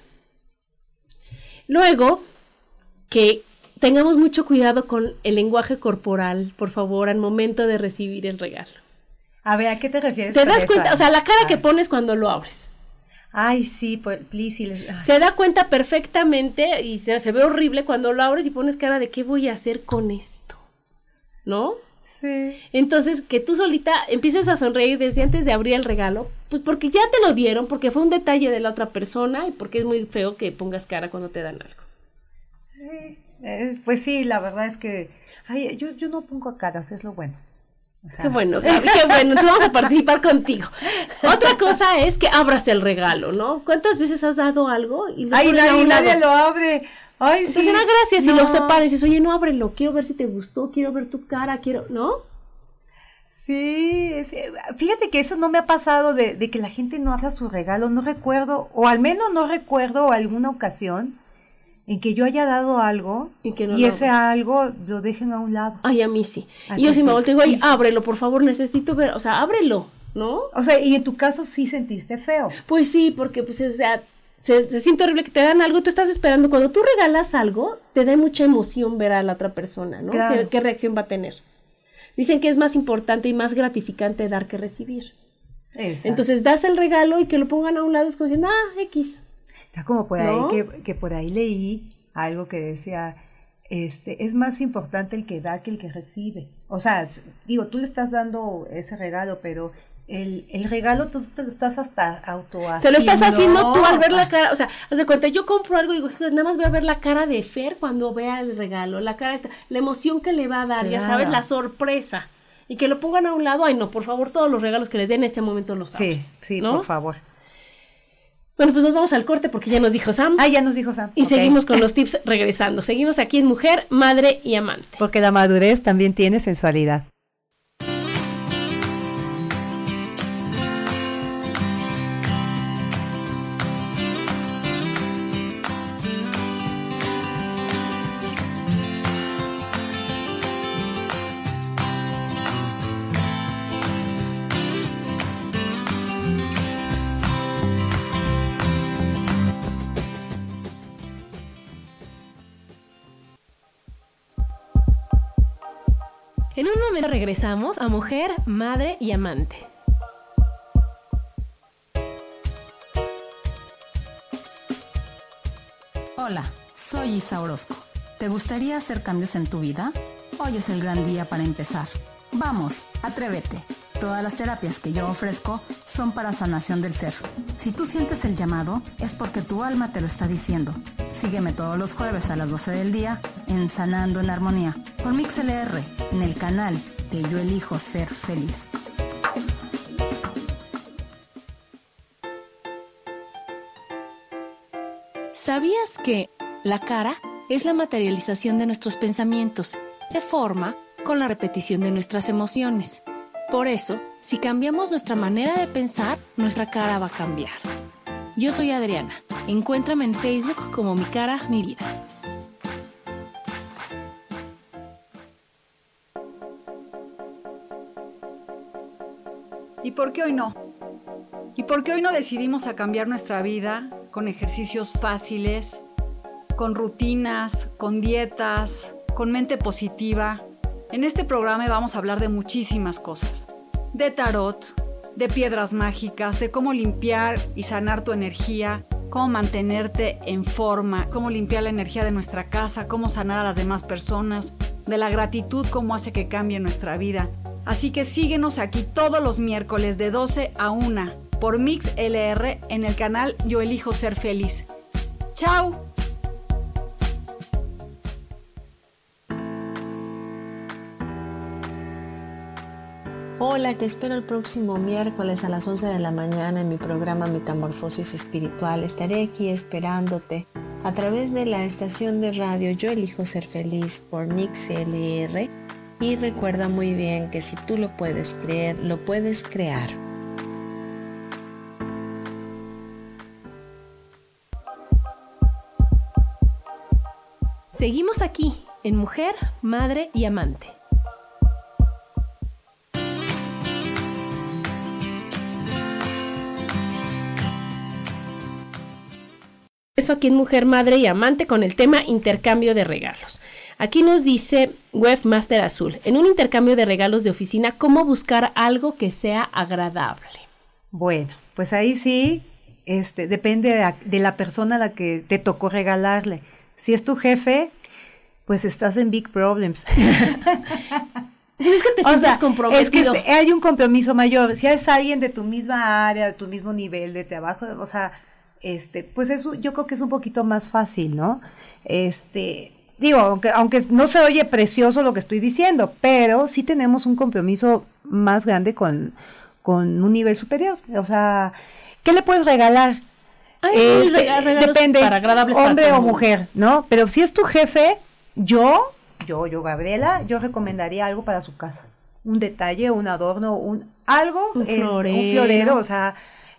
Luego, que tengamos mucho cuidado con el lenguaje corporal, por favor, al momento de recibir el regalo. A ver, ¿a qué te refieres? ¿Te das cuenta? O sea, la cara que pones cuando lo abres. Ay, sí, please. Se da cuenta perfectamente y se ve horrible cuando lo abres y pones cara de ¿qué voy a hacer con esto? ¿No? Sí. Entonces, que tú solita empieces a sonreír desde antes de abrir el regalo, pues porque ya te lo dieron, porque fue un detalle de la otra persona y porque es muy feo que pongas cara cuando te dan algo. Sí, pues sí, la verdad es que yo no pongo caras, es lo bueno. O sea. Qué bueno, Gaby, qué bueno, entonces vamos a participar contigo. Otra cosa es que abras el regalo, ¿no? ¿Cuántas veces has dado algo? Y nadie lo abre. Ay, entonces, sí. Gracias, y lo separas y dices, oye, no, ábrelo, quiero ver si te gustó, quiero ver tu cara, ¿no? Sí, fíjate que eso no me ha pasado de que la gente no abra su regalo, no recuerdo, o al menos no recuerdo alguna ocasión en que yo haya dado algo y ese algo lo dejen a un lado. Ay, a mí sí. Y yo sí me volteo y digo, ábrelo, por favor, necesito ver, o sea, ábrelo, ¿no? O sea, y en tu caso sí sentiste feo. Pues sí, porque pues, o sea, se siente horrible que te dan algo, tú estás esperando, cuando tú regalas algo, te da mucha emoción ver a la otra persona, ¿no? Claro. ¿Qué reacción va a tener? Dicen que es más importante y más gratificante dar que recibir. Exacto. Entonces das el regalo y que lo pongan a un lado es como diciendo, X. Está como por ahí, que por ahí leí algo que decía, es más importante el que da que el que recibe. O sea, digo, tú le estás dando ese regalo, pero el regalo tú te lo estás hasta autohaciendo. Te lo estás haciendo tú al ver la cara, o sea, haz de cuenta, yo compro algo y digo, nada más voy a ver la cara de Fer cuando vea el regalo, la cara la emoción que le va a dar, claro. Ya sabes, la sorpresa. Y que lo pongan a un lado, ay no, por favor, todos los regalos que les den en ese momento los abres. Sí, ¿no? Por favor. Bueno, pues nos vamos al corte porque ya nos dijo Sam. Ya nos dijo Sam. Y seguimos con los tips regresando. Seguimos aquí en Mujer, Madre y Amante. Porque la madurez también tiene sensualidad. En un momento regresamos a Mujer, Madre y Amante. Hola, soy Isa Orozco. ¿Te gustaría hacer cambios en tu vida? Hoy es el gran día para empezar. Vamos, atrévete. Todas las terapias que yo ofrezco son para sanación del ser. Si tú sientes el llamado, es porque tu alma te lo está diciendo. Sígueme todos los jueves a las 12 del día en Sanando en Armonía por MixLR, en el canal de Yo Elijo Ser Feliz. ¿Sabías que la cara es la materialización de nuestros pensamientos? Se forma con la repetición de nuestras emociones. Por eso, si cambiamos nuestra manera de pensar, nuestra cara va a cambiar. Yo soy Adriana. Encuéntrame en Facebook como Mi Cara, Mi Vida. ¿Y por qué hoy no? ¿Y por qué hoy no decidimos a cambiar nuestra vida con ejercicios fáciles, con rutinas, con dietas, con mente positiva? En este programa vamos a hablar de muchísimas cosas. De tarot, de piedras mágicas, de cómo limpiar y sanar tu energía, cómo mantenerte en forma, cómo limpiar la energía de nuestra casa, cómo sanar a las demás personas, de la gratitud, cómo hace que cambie nuestra vida. Así que síguenos aquí todos los miércoles de 12 a 1 por MixLR en el canal Yo Elijo Ser Feliz. ¡Chao! Hola, te espero el próximo miércoles a las 11 de la mañana en mi programa Metamorfosis Espiritual. Estaré aquí esperándote a través de la estación de radio Yo Elijo Ser Feliz por MixLR. Y recuerda muy bien que si tú lo puedes creer, lo puedes crear. Seguimos aquí en Mujer, Madre y Amante. Eso aquí en Mujer, Madre y Amante con el tema intercambio de regalos. Aquí nos dice Webmaster Azul, en un intercambio de regalos de oficina, ¿cómo buscar algo que sea agradable? Bueno, pues ahí sí, depende de la persona a la que te tocó regalarle. Si es tu jefe, pues estás en big problems. Pues es que te sientes comprometido. Es que hay un compromiso mayor. Si es alguien de tu misma área, de tu mismo nivel de trabajo, o sea, pues eso yo creo que es un poquito más fácil, ¿no? Digo, aunque no se oye precioso lo que estoy diciendo, pero sí tenemos un compromiso más grande con un nivel superior. O sea, ¿qué le puedes regalar? Depende, para agradables hombre para o mujer, ¿no? Pero si es tu jefe, yo, Gabriela, yo recomendaría algo para su casa. Un detalle, un adorno, un florero, o sea,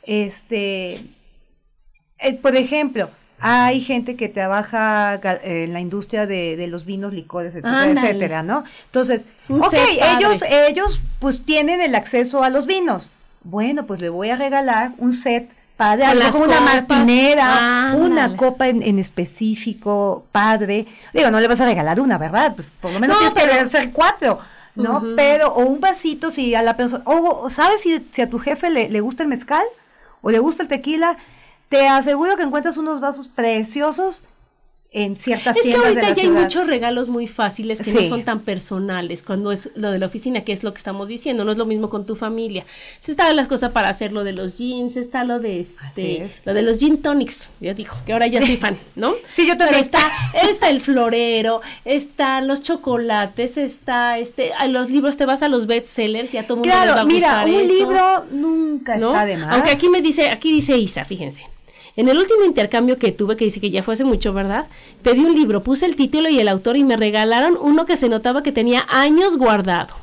por ejemplo, hay gente que trabaja en la industria de los vinos, licores, etcétera, etcétera, ¿no? Entonces, ellos pues tienen el acceso a los vinos. Bueno, pues le voy a regalar un set padre, algo como una martinera, una copa en específico, padre. Digo, no le vas a regalar una, ¿verdad? Pues por lo menos tienes que hacer 4, ¿no? Uh-huh. Pero, o un vasito si a la persona, o ¿sabes si a tu jefe le gusta el mezcal o le gusta el tequila? Te aseguro que encuentras unos vasos preciosos en ciertas tiendas de la ciudad. Es que ahorita ya hay muchos regalos muy fáciles que no son tan personales, cuando es lo de la oficina, que es lo que estamos diciendo, no es lo mismo con tu familia. Entonces están las cosas para hacer lo de los jeans, está lo de lo de los gin tonics, ya digo, que ahora ya soy fan, ¿no? Sí, yo también. Pero está el florero, están los chocolates, está los libros, te vas a los bestsellers y a todo mundo les va a gustar un eso. libro nunca está de más. Aunque aquí dice Isa, fíjense. En el último intercambio que tuve, que dice que ya fue hace mucho, ¿verdad? Pedí un libro, puse el título y el autor y me regalaron uno que se notaba que tenía años guardado.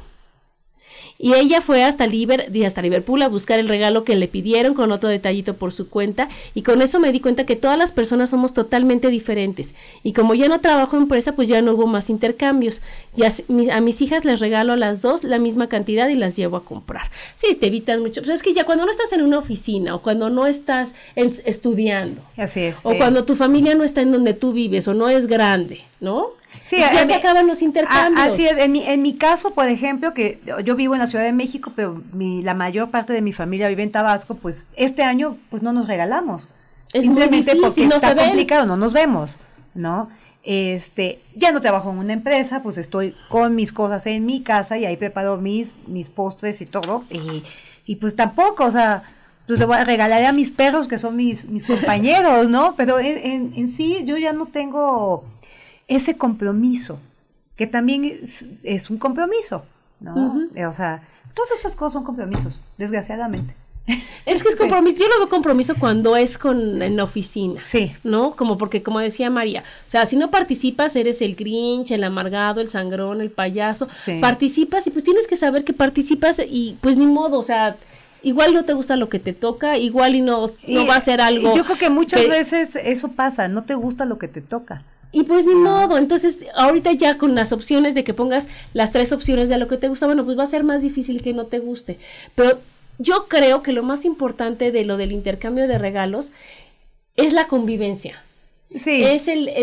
Y ella fue hasta Liverpool a buscar el regalo que le pidieron con otro detallito por su cuenta, y con eso me di cuenta que todas las personas somos totalmente diferentes, y como ya no trabajo en empresa, pues ya no hubo más intercambios, y a mis hijas les regalo a las dos la misma cantidad y las llevo a comprar. Sí, te evitas mucho, pues es que ya cuando no estás en una oficina, o cuando no estás estudiando, así es, o cuando tu familia no está en donde tú vives, o no es grande, ¿no? Sí, ya se acaban los intercambios. Así es, en mi caso, por ejemplo, que yo vivo en la Ciudad de México, pero la mayor parte de mi familia vive en Tabasco, pues este año pues no nos regalamos. Es simplemente muy porque no está complicado, no nos vemos, ¿no? Ya no trabajo en una empresa, pues estoy con mis cosas en mi casa y ahí preparo mis postres y todo, y pues tampoco, o sea, pues le voy a regalar a mis perros que son mis compañeros, ¿no? Pero en sí yo ya no tengo ese compromiso, que también es un compromiso, ¿no? Uh-huh. O sea, todas estas cosas son compromisos, desgraciadamente. Es que es compromiso, yo lo veo compromiso cuando es en la oficina, sí, ¿no? Porque como decía María, o sea, si no participas eres el Grinch, el amargado, el sangrón, el payaso, sí. Participas y pues tienes que saber que participas y pues ni modo, o sea, igual no te gusta lo que te toca, igual y no va a ser algo. Yo creo que muchas veces eso pasa, no te gusta lo que te toca. Y pues ni modo, entonces ahorita ya con las opciones de que pongas las 3 opciones de lo que te gusta, bueno, pues va a ser más difícil que no te guste, pero yo creo que lo más importante de lo del intercambio de regalos es la convivencia. Sí. Es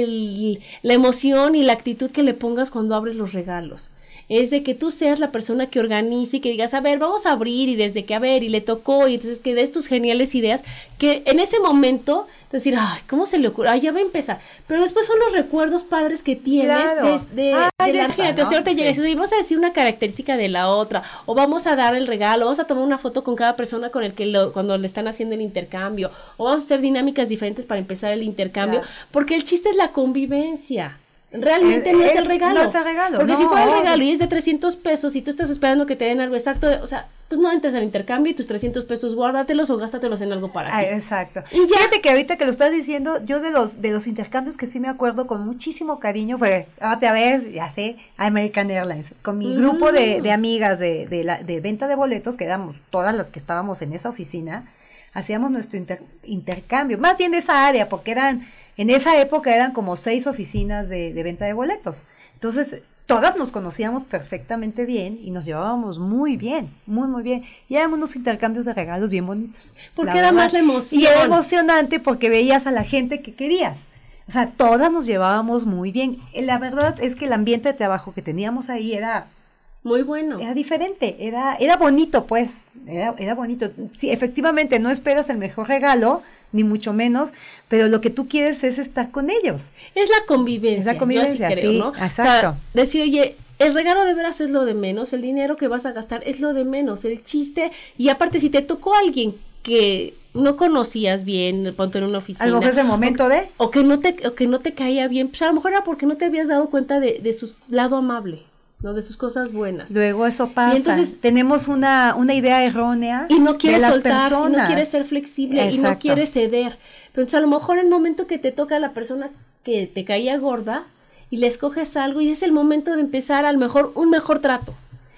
la emoción y la actitud que le pongas cuando abres los regalos. Es de que tú seas la persona que organice y que digas, a ver, vamos a abrir, y desde que, a ver, y le tocó, y entonces que des tus geniales ideas, que en ese momento decir, ay, ¿cómo se le ocurre? Ay, ya va a empezar. Pero después son los recuerdos padres que tienes de la gente. O sea, ahorita llegas y dices, vamos a decir una característica de la otra, o vamos a dar el regalo, vamos a tomar una foto con cada persona con el que cuando le están haciendo el intercambio, o vamos a hacer dinámicas diferentes para empezar el intercambio, porque el chiste es la convivencia. Realmente no es el regalo. No es el regalo. Porque si fuera el regalo y es de 300 pesos y tú estás esperando que te den algo exacto, o sea, pues no entres al intercambio y tus 300 pesos guárdatelos o gástatelos en algo para ti. Exacto. Y ya. Fíjate que ahorita que lo estás diciendo, yo de los intercambios que sí me acuerdo con muchísimo cariño fue, otra vez, ya sé, American Airlines, con mi grupo de amigas de venta de boletos, que éramos todas las que estábamos en esa oficina, hacíamos nuestro intercambio, más bien de esa área, porque en esa época eran como 6 oficinas de venta de boletos. Entonces, todas nos conocíamos perfectamente bien y nos llevábamos muy bien, muy, muy bien. Y eran unos intercambios de regalos bien bonitos. Porque era más la emoción. Y era emocionante porque veías a la gente que querías. O sea, todas nos llevábamos muy bien. La verdad es que el ambiente de trabajo que teníamos ahí era muy bueno. Era diferente, era bonito, pues. Era bonito. Sí, efectivamente, no esperas el mejor regalo, ni mucho menos, pero lo que tú quieres es estar con ellos. Es la convivencia. Es la convivencia, yo así creo, sí, ¿no? exacto. O sea, decir, oye, el regalo de veras es lo de menos, el dinero que vas a gastar es lo de menos, el chiste, y aparte si te tocó a alguien que no conocías bien, ponte en una oficina. A lo mejor es el momento o que no te caía bien, pues a lo mejor era porque no te habías dado cuenta de su lado amable, ¿no? De sus cosas buenas. Luego eso pasa. Y entonces tenemos una idea errónea y no quieres de las soltar, personas. Y no quieres ser flexible. Exacto. Y no quieres ceder. Pero entonces a lo mejor en el momento que te toca a la persona que te caía gorda y le escoges algo y es el momento de empezar a lo mejor un mejor trato.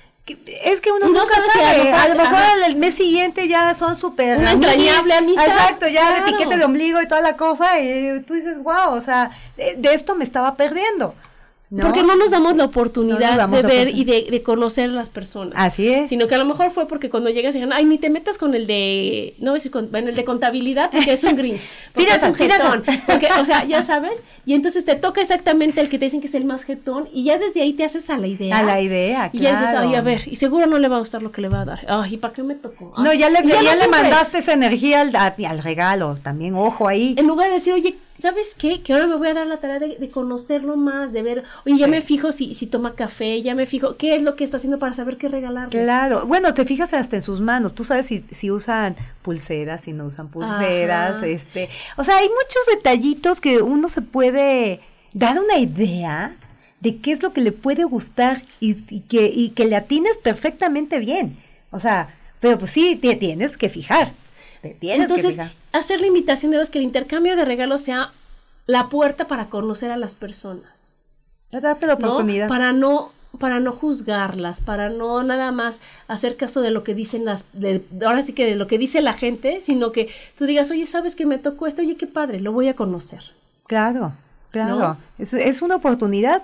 Es que uno nunca sabe, a lo mejor el mes siguiente ya son súper una entrañable amistad. Exacto, ya de piquete de ombligo y toda la cosa, y tú dices, wow, o sea, de esto me estaba perdiendo. ¿No? Porque no nos damos la oportunidad de ver y de conocer a las personas. Así es. Sino que a lo mejor fue porque cuando llegas y digan, ay, ni te metas con el de, no sé, el de contabilidad, porque es un Grinch. Porque es un jetón. Porque, o sea, ya sabes, y entonces te toca exactamente el que te dicen que es el más jetón, y ya desde ahí te haces a la idea. A la idea, y ya dices, ay, a ver, y seguro no le va a gustar lo que le va a dar. Ay, ¿y para qué me tocó? Ay, no, ya le mandaste esa energía al regalo, también, ojo ahí. En lugar de decir, oye, ¿sabes qué? Que ahora me voy a dar la tarea de conocerlo más, de ver, oye, ya me fijo si toma café, ya me fijo qué es lo que está haciendo para saber qué regalarle. Claro, bueno, te fijas hasta en sus manos, tú sabes si usan pulseras, si no usan pulseras, o sea, hay muchos detallitos que uno se puede dar una idea de qué es lo que le puede gustar y que le atines perfectamente bien, o sea, pero pues sí, te tienes que fijar. Entonces, hacer la invitación de que el intercambio de regalos sea la puerta para conocer a las personas. Date la oportunidad. ¿No? Para no juzgarlas, para no nada más hacer caso de lo que dicen ahora sí que de lo que dice la gente, sino que tú digas, oye, ¿sabes que me tocó esto? Oye, qué padre, lo voy a conocer. Claro. ¿No? Es una oportunidad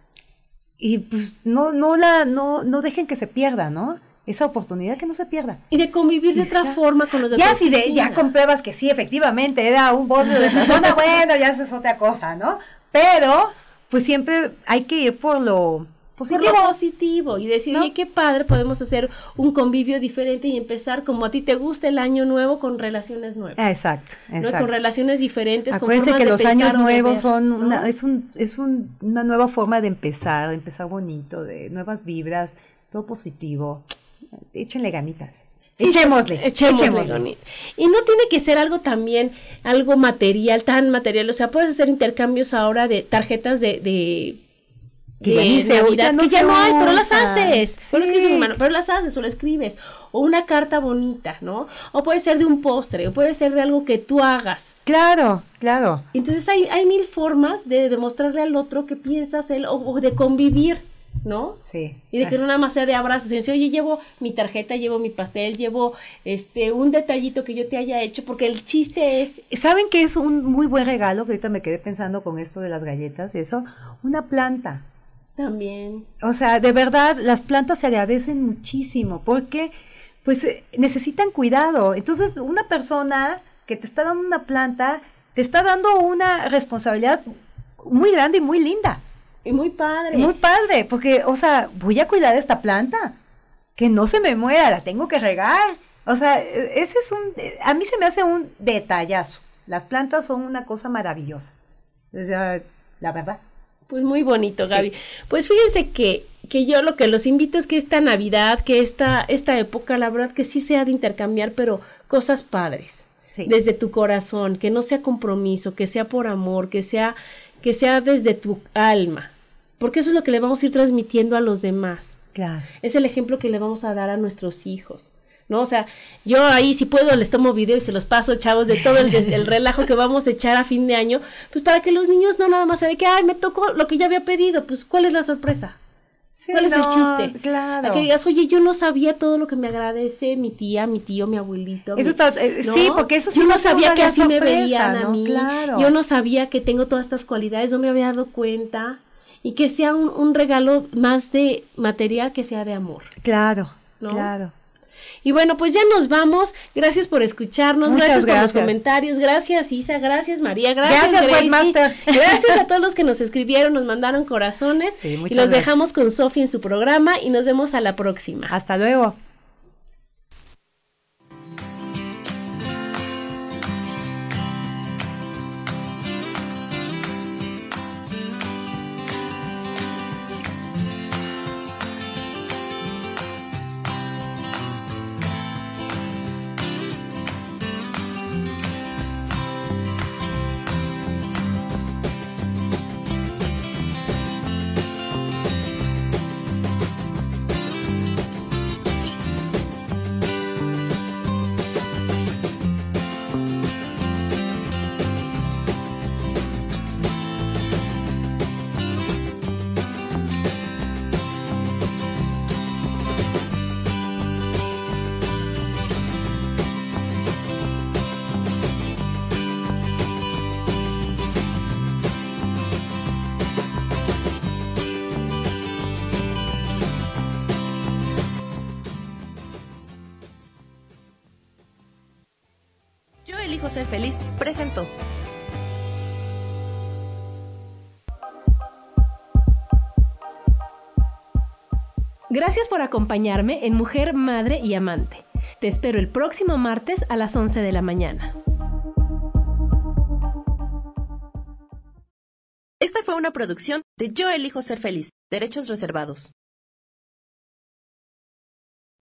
y pues no dejen que se pierda, ¿no? Esa oportunidad que no se pierda. Y de convivir de otra forma con los de ya ya compruebas que sí, efectivamente, era un bono de persona, bueno, ya es otra cosa, ¿no? Pero, pues siempre hay que ir por lo positivo y decir, oye, qué padre, podemos hacer un convivio diferente y empezar como a ti te gusta el año nuevo con relaciones nuevas. Exacto. ¿no? Con relaciones diferentes. Acuérdense con que los años nuevos son ¿no? es una nueva forma de empezar bonito, de nuevas vibras, todo positivo. Échenle ganitas. Sí, echémosle. Y no tiene que ser algo también, algo material, tan material. O sea, puedes hacer intercambios ahora de tarjetas de Navidad, que ya no hay, pero las haces. Sí. Pero las haces o las escribes. O una carta bonita, ¿no? O puede ser de un postre, o puede ser de algo que tú hagas. Claro. Entonces hay mil formas de demostrarle al otro que piensas él o de convivir, ¿no? Sí. Y de que no nada más sea de abrazos, sino oye, llevo mi tarjeta, llevo mi pastel, llevo un detallito que yo te haya hecho, porque el chiste es... ¿Saben qué es un muy buen regalo? Que ahorita me quedé pensando con esto de las galletas, eso, una planta. También. O sea, de verdad, las plantas se agradecen muchísimo, porque pues necesitan cuidado. Entonces, una persona que te está dando una planta, te está dando una responsabilidad muy grande y muy linda. Y muy padre. Muy padre, porque, o sea, voy a cuidar esta planta, que no se me muera, la tengo que regar. O sea, a mí se me hace un detallazo. Las plantas son una cosa maravillosa. O sea, la verdad. Pues muy bonito, Gaby. Sí. Pues fíjense que yo lo que los invito es que esta Navidad, que esta época, la verdad que sí sea de intercambiar, pero cosas padres. Sí. Desde tu corazón, que no sea compromiso, que sea por amor, que sea desde tu alma. Porque eso es lo que le vamos a ir transmitiendo a los demás. Claro. Es el ejemplo que le vamos a dar a nuestros hijos, ¿no? O sea, yo ahí si puedo les tomo video y se los paso, chavos, de todo el relajo que vamos a echar a fin de año, pues para que los niños no nada más se de que, ay, me tocó lo que ya había pedido, pues ¿cuál es la sorpresa? Sí, ¿cuál es el chiste? Claro. A que digas, oye, yo no sabía todo lo que me agradece mi tía, mi tío, mi abuelito. Eso está, ¿no? Sí, porque eso sí. Yo no sabía que así sorpresa, me veían a mí. Claro. Yo no sabía que tengo todas estas cualidades, no me había dado cuenta. Y que sea un regalo más de material que sea de amor. Claro, ¿no? Claro. Y bueno, pues ya nos vamos. Gracias por escucharnos. Gracias por los comentarios. Gracias, Isa. Gracias, María. Gracias, Webmaster. Gracias a todos los que nos escribieron, nos mandaron corazones. Sí, y los dejamos con Sofi en su programa y nos vemos a la próxima. Hasta luego. Ser Feliz presentó. Gracias por acompañarme en Mujer, Madre y Amante. Te espero el próximo martes a las 11 de la mañana. Esta fue una producción de Yo Elijo Ser Feliz. Derechos reservados.